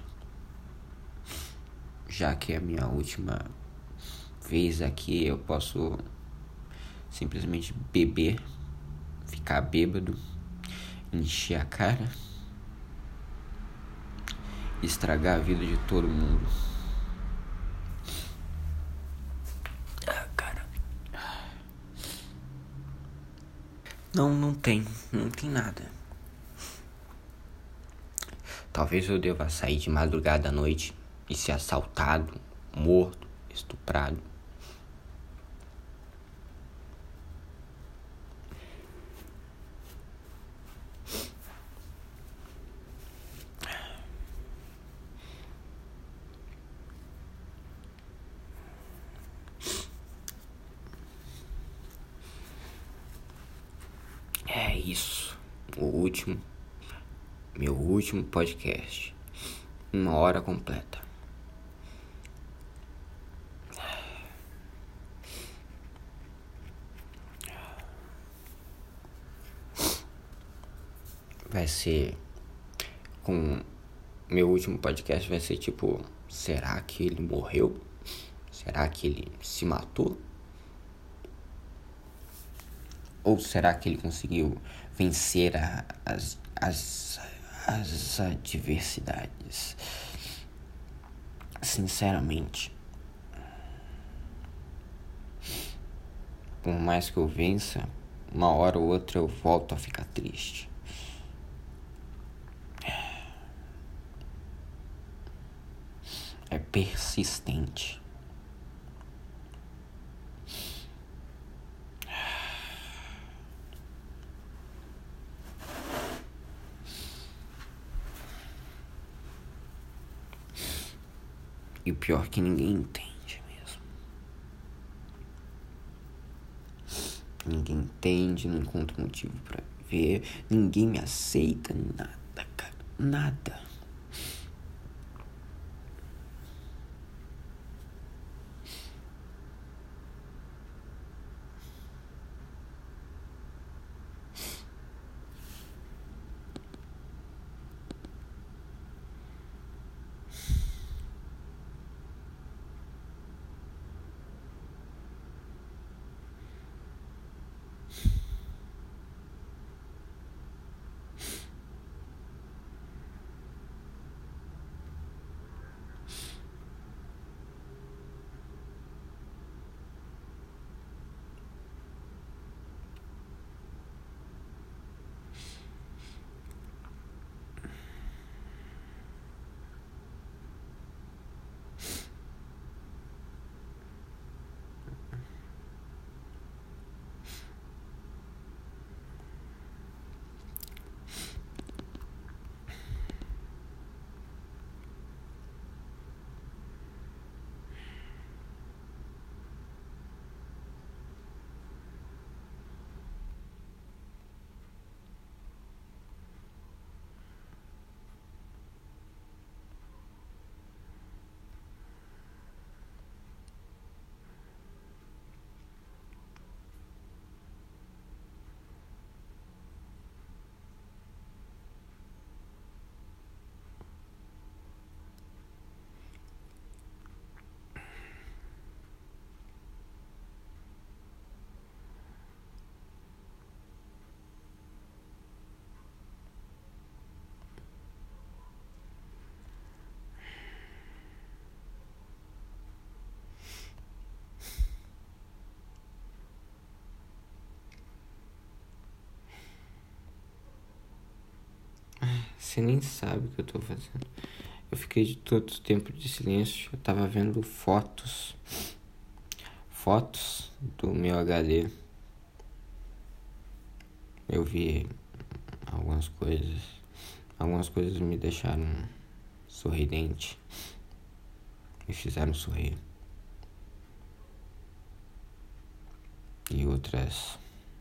Speaker 2: já que é a minha última vez aqui. Eu posso simplesmente beber, ficar bêbado, encher a cara, estragar a vida de todo mundo. Cara, não tem nada. Talvez eu deva sair de madrugada à noite e ser assaltado, morto, estuprado. É isso. Meu último podcast. 1 hora completa. Vai ser com meu último podcast vai ser tipo, será que ele morreu? Será que ele se matou? Ou será que ele conseguiu vencer as adversidades? Sinceramente, por mais que eu vença, uma hora ou outra eu volto a ficar triste. É persistente. E o pior é que ninguém entende mesmo. Ninguém entende, não encontra motivo pra ver. Ninguém me aceita, nada, cara. Nada.
Speaker 1: Você nem sabe o que eu tô fazendo. Eu fiquei de todo o tempo de silêncio. Eu tava vendo fotos do meu HD. Eu vi algumas coisas. Algumas coisas me deixaram sorridente. Me fizeram sorrir. E outras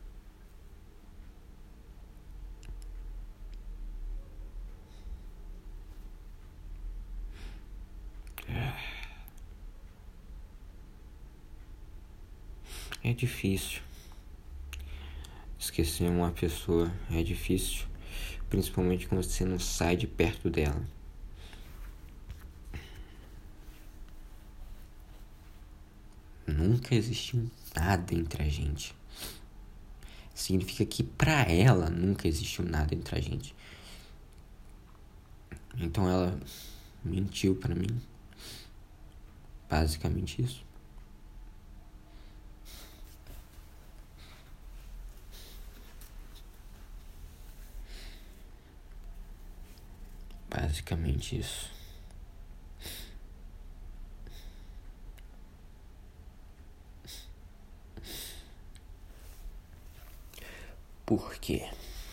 Speaker 1: é difícil. Esquecer uma pessoa é difícil, principalmente quando você não sai de perto dela. Nunca existiu nada entre a gente. Significa que pra ela nunca existiu nada entre a gente. Então ela mentiu pra mim. Basicamente isso. Basicamente isso. Por quê?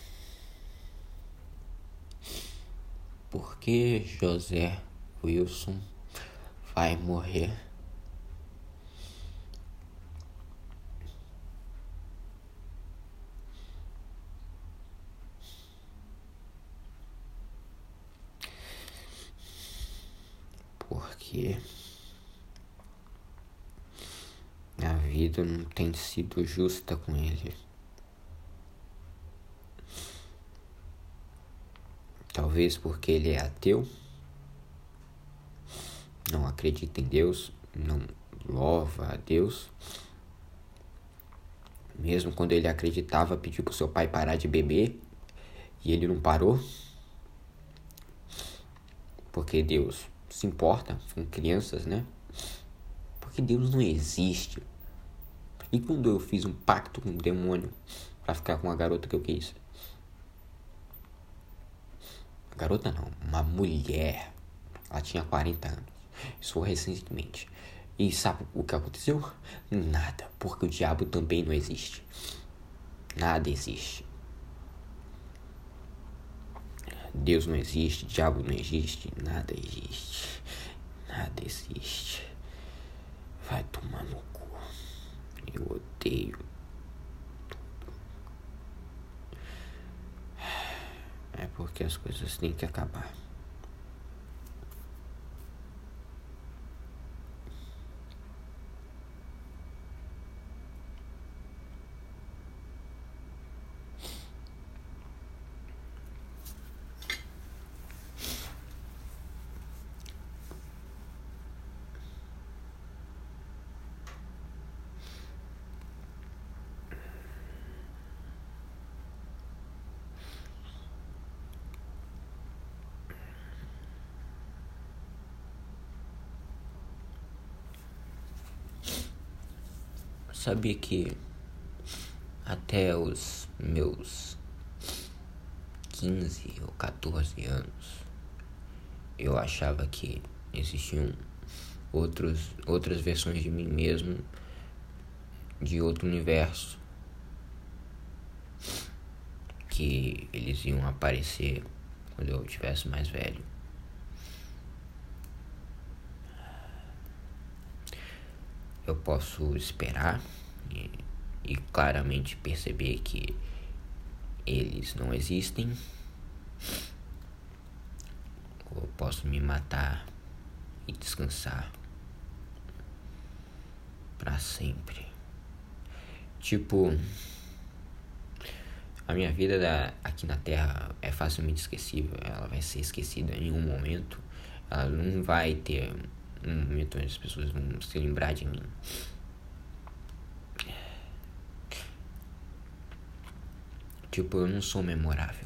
Speaker 1: Por que José Wilson vai morrer? Porque a vida não tem sido justa com ele. Talvez porque ele é ateu, não acredita em Deus, não louva a Deus. Mesmo quando ele acreditava, pediu pro seu pai parar de beber e ele não parou. Porque Deus se importa com crianças, né? Porque Deus não existe. E quando eu fiz um pacto com o demônio pra ficar com a garota que eu quis? Garota não, uma mulher. Ela tinha 40 anos. Isso foi recentemente. E sabe o que aconteceu? Nada, porque o diabo também não existe. Nada existe. Deus não existe, diabo não existe, nada existe. Nada existe. Vai tomar no cu. Eu odeio tudo. É porque as coisas têm que acabar. Sabia que até os meus 15 ou 14 anos eu achava que existiam outras versões de mim mesmo de outro universo, que eles iam aparecer quando eu tivesse mais velho. Eu posso esperar e claramente perceber que eles não existem, ou eu posso me matar e descansar pra sempre. Tipo, a minha vida aqui na Terra é facilmente esquecível. Ela vai ser esquecida em um momento. Ela não vai ter um momento onde as pessoas vão se lembrar de mim. Tipo, eu não sou memorável.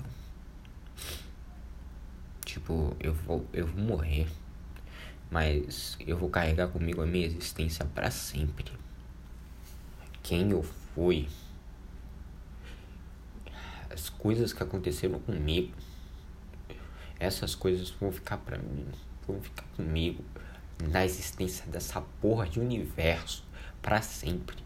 Speaker 1: Tipo, eu vou morrer, mas eu vou carregar comigo a minha existência pra sempre. Quem eu fui, as coisas que aconteceram comigo,
Speaker 2: Essas coisas vão ficar pra mim, vão ficar comigo na existência dessa porra de universo pra sempre.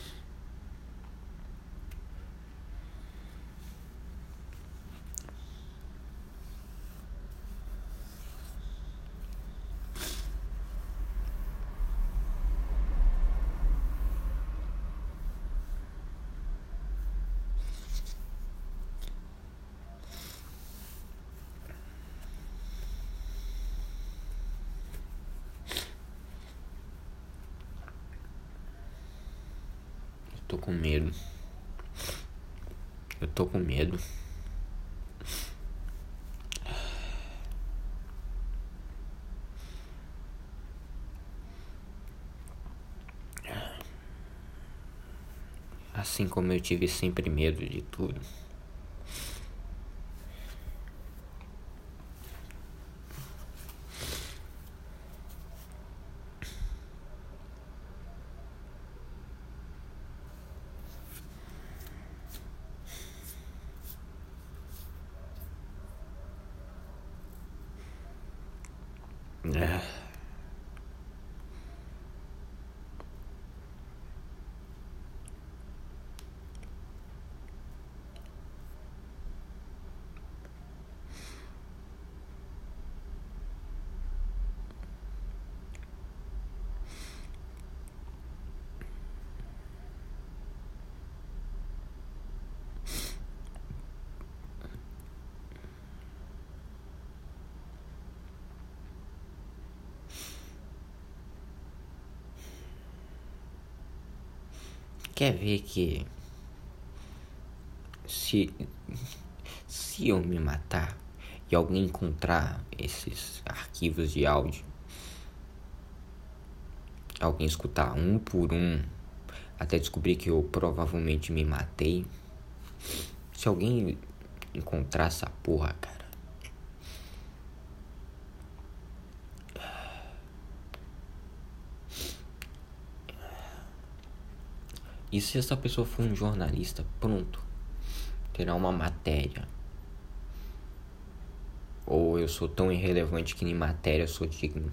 Speaker 2: Tô com medo. Eu tô com medo. Assim como eu tive sempre medo de tudo. Quer ver que se eu me matar e alguém encontrar esses arquivos de áudio, alguém escutar um por um até descobrir que eu provavelmente me matei, se alguém encontrar essa porra, cara, e se essa pessoa for um jornalista, pronto, terá uma matéria. Ou eu sou tão irrelevante que nem matéria eu sou digno.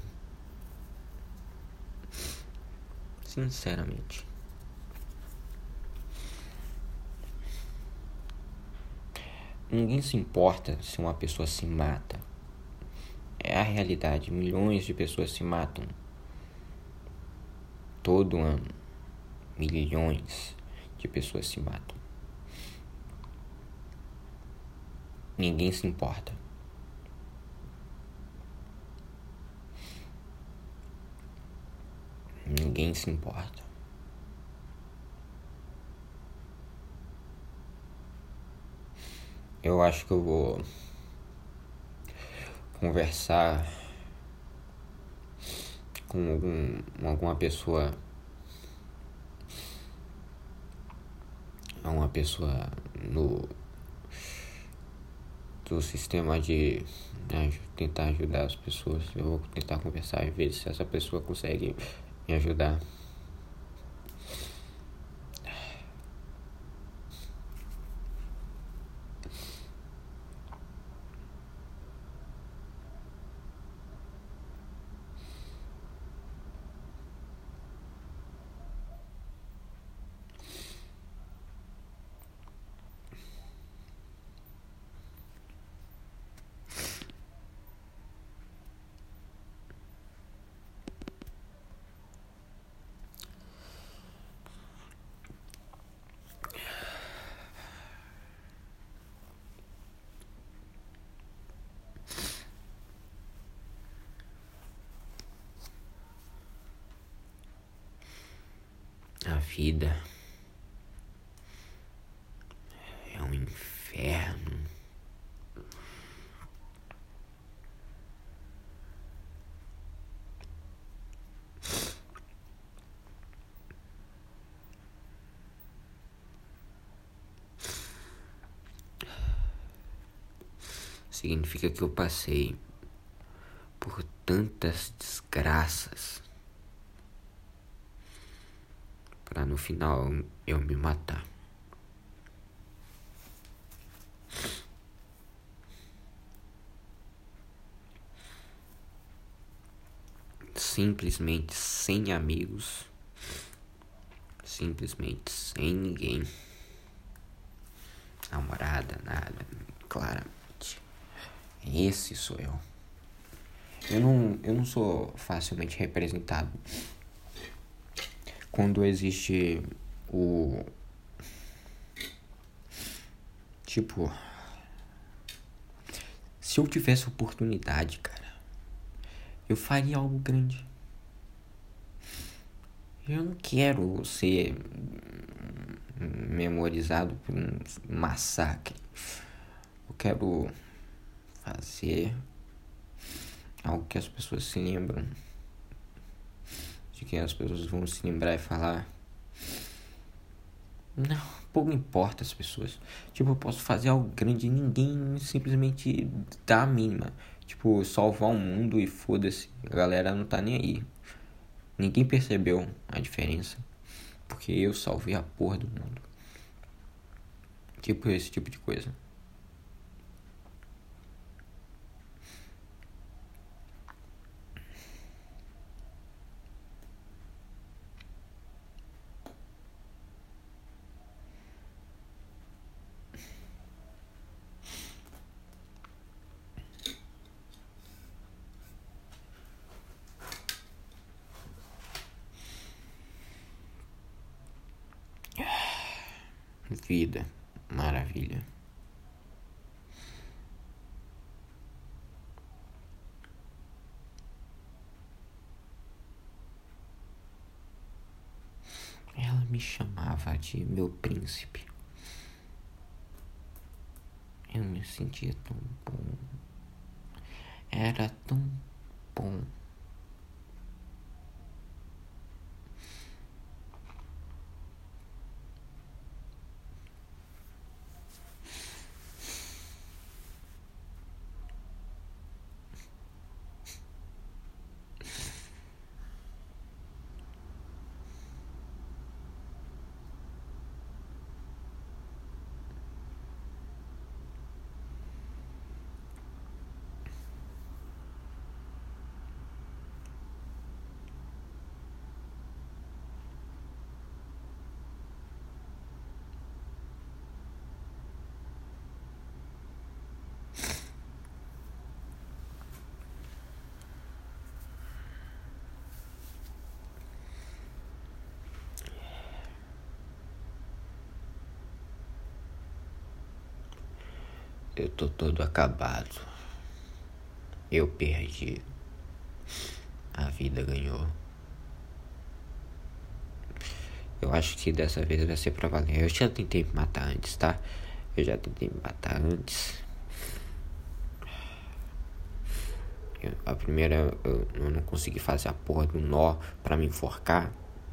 Speaker 2: Sinceramente. Ninguém se importa se uma pessoa se mata. É a realidade. Milhões de pessoas se matam todo ano. Milhões de pessoas se matam. Ninguém se importa. Ninguém se importa. Eu acho que eu vou conversar com alguma pessoa, uma pessoa do sistema de tentar ajudar as pessoas. Eu vou tentar conversar e ver se essa pessoa consegue me ajudar. A vida é um inferno. Significa que eu passei por tantas desgraças pra no final eu me matar. simplesmente sem amigos, simplesmente sem ninguém, namorada, nada, claramente. Esse sou eu. Eu não sou facilmente representado. Quando existe o... Tipo... Se eu tivesse oportunidade, cara, eu faria algo grande. Eu não quero ser memorizado por um massacre. Eu quero fazer algo que as pessoas se lembram, de que as pessoas vão se lembrar e falar: não, pouco importa as pessoas. Tipo, eu posso fazer algo grande e ninguém simplesmente dá a mínima. Tipo, salvar o mundo e foda-se, a galera não tá nem aí. Ninguém percebeu a diferença, porque eu salvei a porra do mundo. Tipo, esse tipo de coisa. Vida, maravilha. Ela me chamava de meu príncipe. Eu me sentia tão bom. Era tão bom. Eu tô todo acabado. Eu perdi. A vida ganhou. Eu acho que dessa vez vai ser pra valer. Eu já tentei me matar antes, tá? Eu já tentei me matar antes. A primeira eu não consegui fazer a porra do nó pra me enforcar.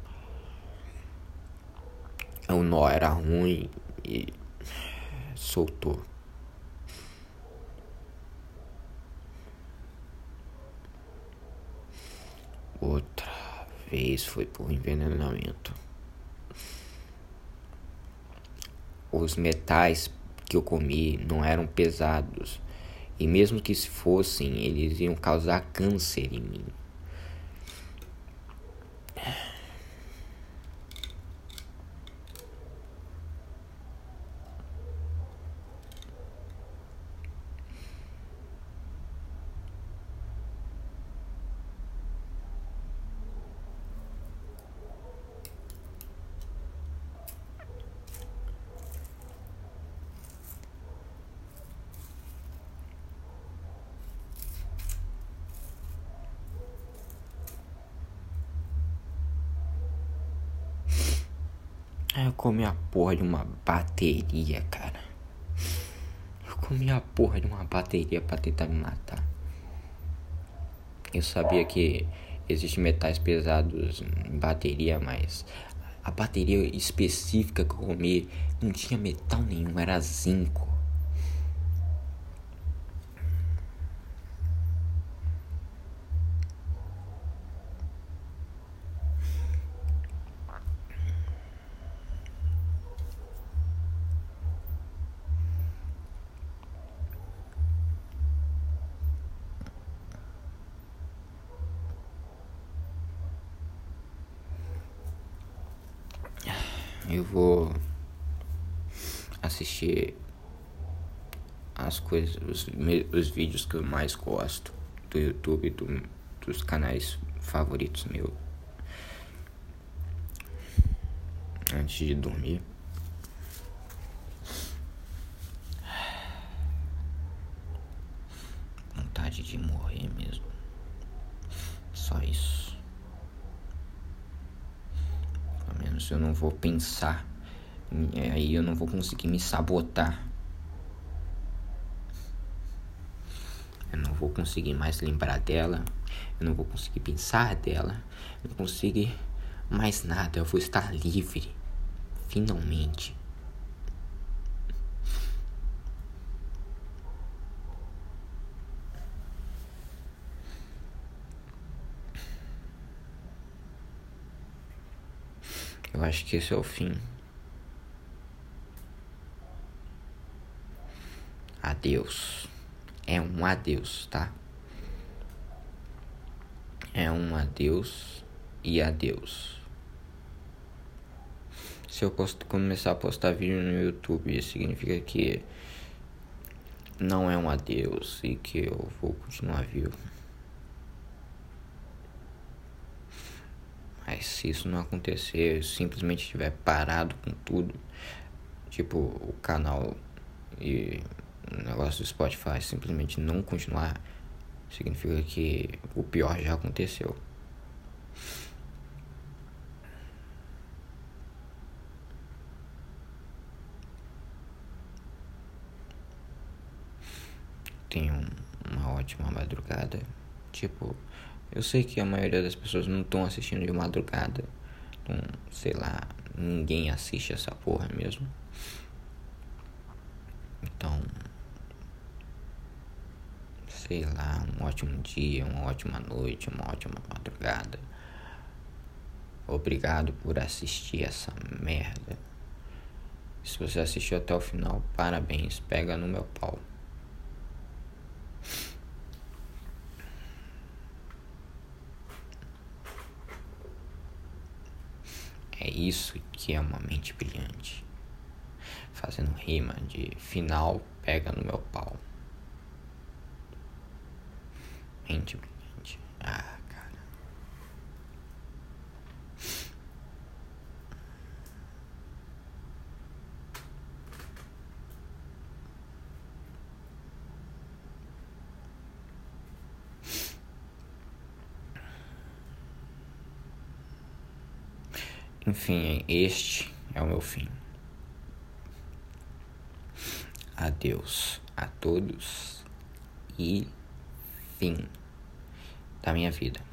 Speaker 2: O nó era ruim e soltou. Outra vez foi por envenenamento. Os metais que eu comi não eram pesados. E mesmo que se fossem, eles iam causar câncer em mim. Eu comi a porra de uma bateria, cara. Eu comi a porra de uma bateria pra tentar me matar. Eu sabia que existem metais pesados em bateria, mas a bateria específica que eu comi não tinha metal nenhum, era zinco.
Speaker 1: Eu vou assistir as coisas, os vídeos que eu mais gosto do YouTube, dos canais favoritos meus, antes de dormir. Vontade de morrer mesmo. Só isso. Pelo menos eu não vou pensar. Aí eu não vou conseguir me sabotar. Eu não vou conseguir mais lembrar dela. Eu não vou conseguir pensar dela. Eu não vou conseguir mais nada. Eu vou estar livre. Finalmente. Eu acho que esse é o fim. Adeus. É um adeus, tá? É um adeus e adeus. Se eu começar a postar vídeo no YouTube, isso significa que não é um adeus e que eu vou continuar vivo. Mas se isso não acontecer, eu simplesmente estiver parado com tudo, tipo o canal e o negócio do Spotify simplesmente não continuar, significa que o pior já aconteceu. Tenha uma ótima madrugada. Tipo, eu sei que a maioria das pessoas não estão assistindo de madrugada. Não, sei lá, ninguém assiste essa porra mesmo. Então, sei lá, um ótimo dia, uma ótima noite, uma ótima madrugada. Obrigado por assistir essa merda. Se você assistiu até o final, parabéns, pega no meu pau. É isso que é uma mente brilhante. Fazendo rima de final, pega no meu pau. Mente brilhante. Ah, cara. Enfim, este é o meu fim. Adeus a todos e fim da minha vida.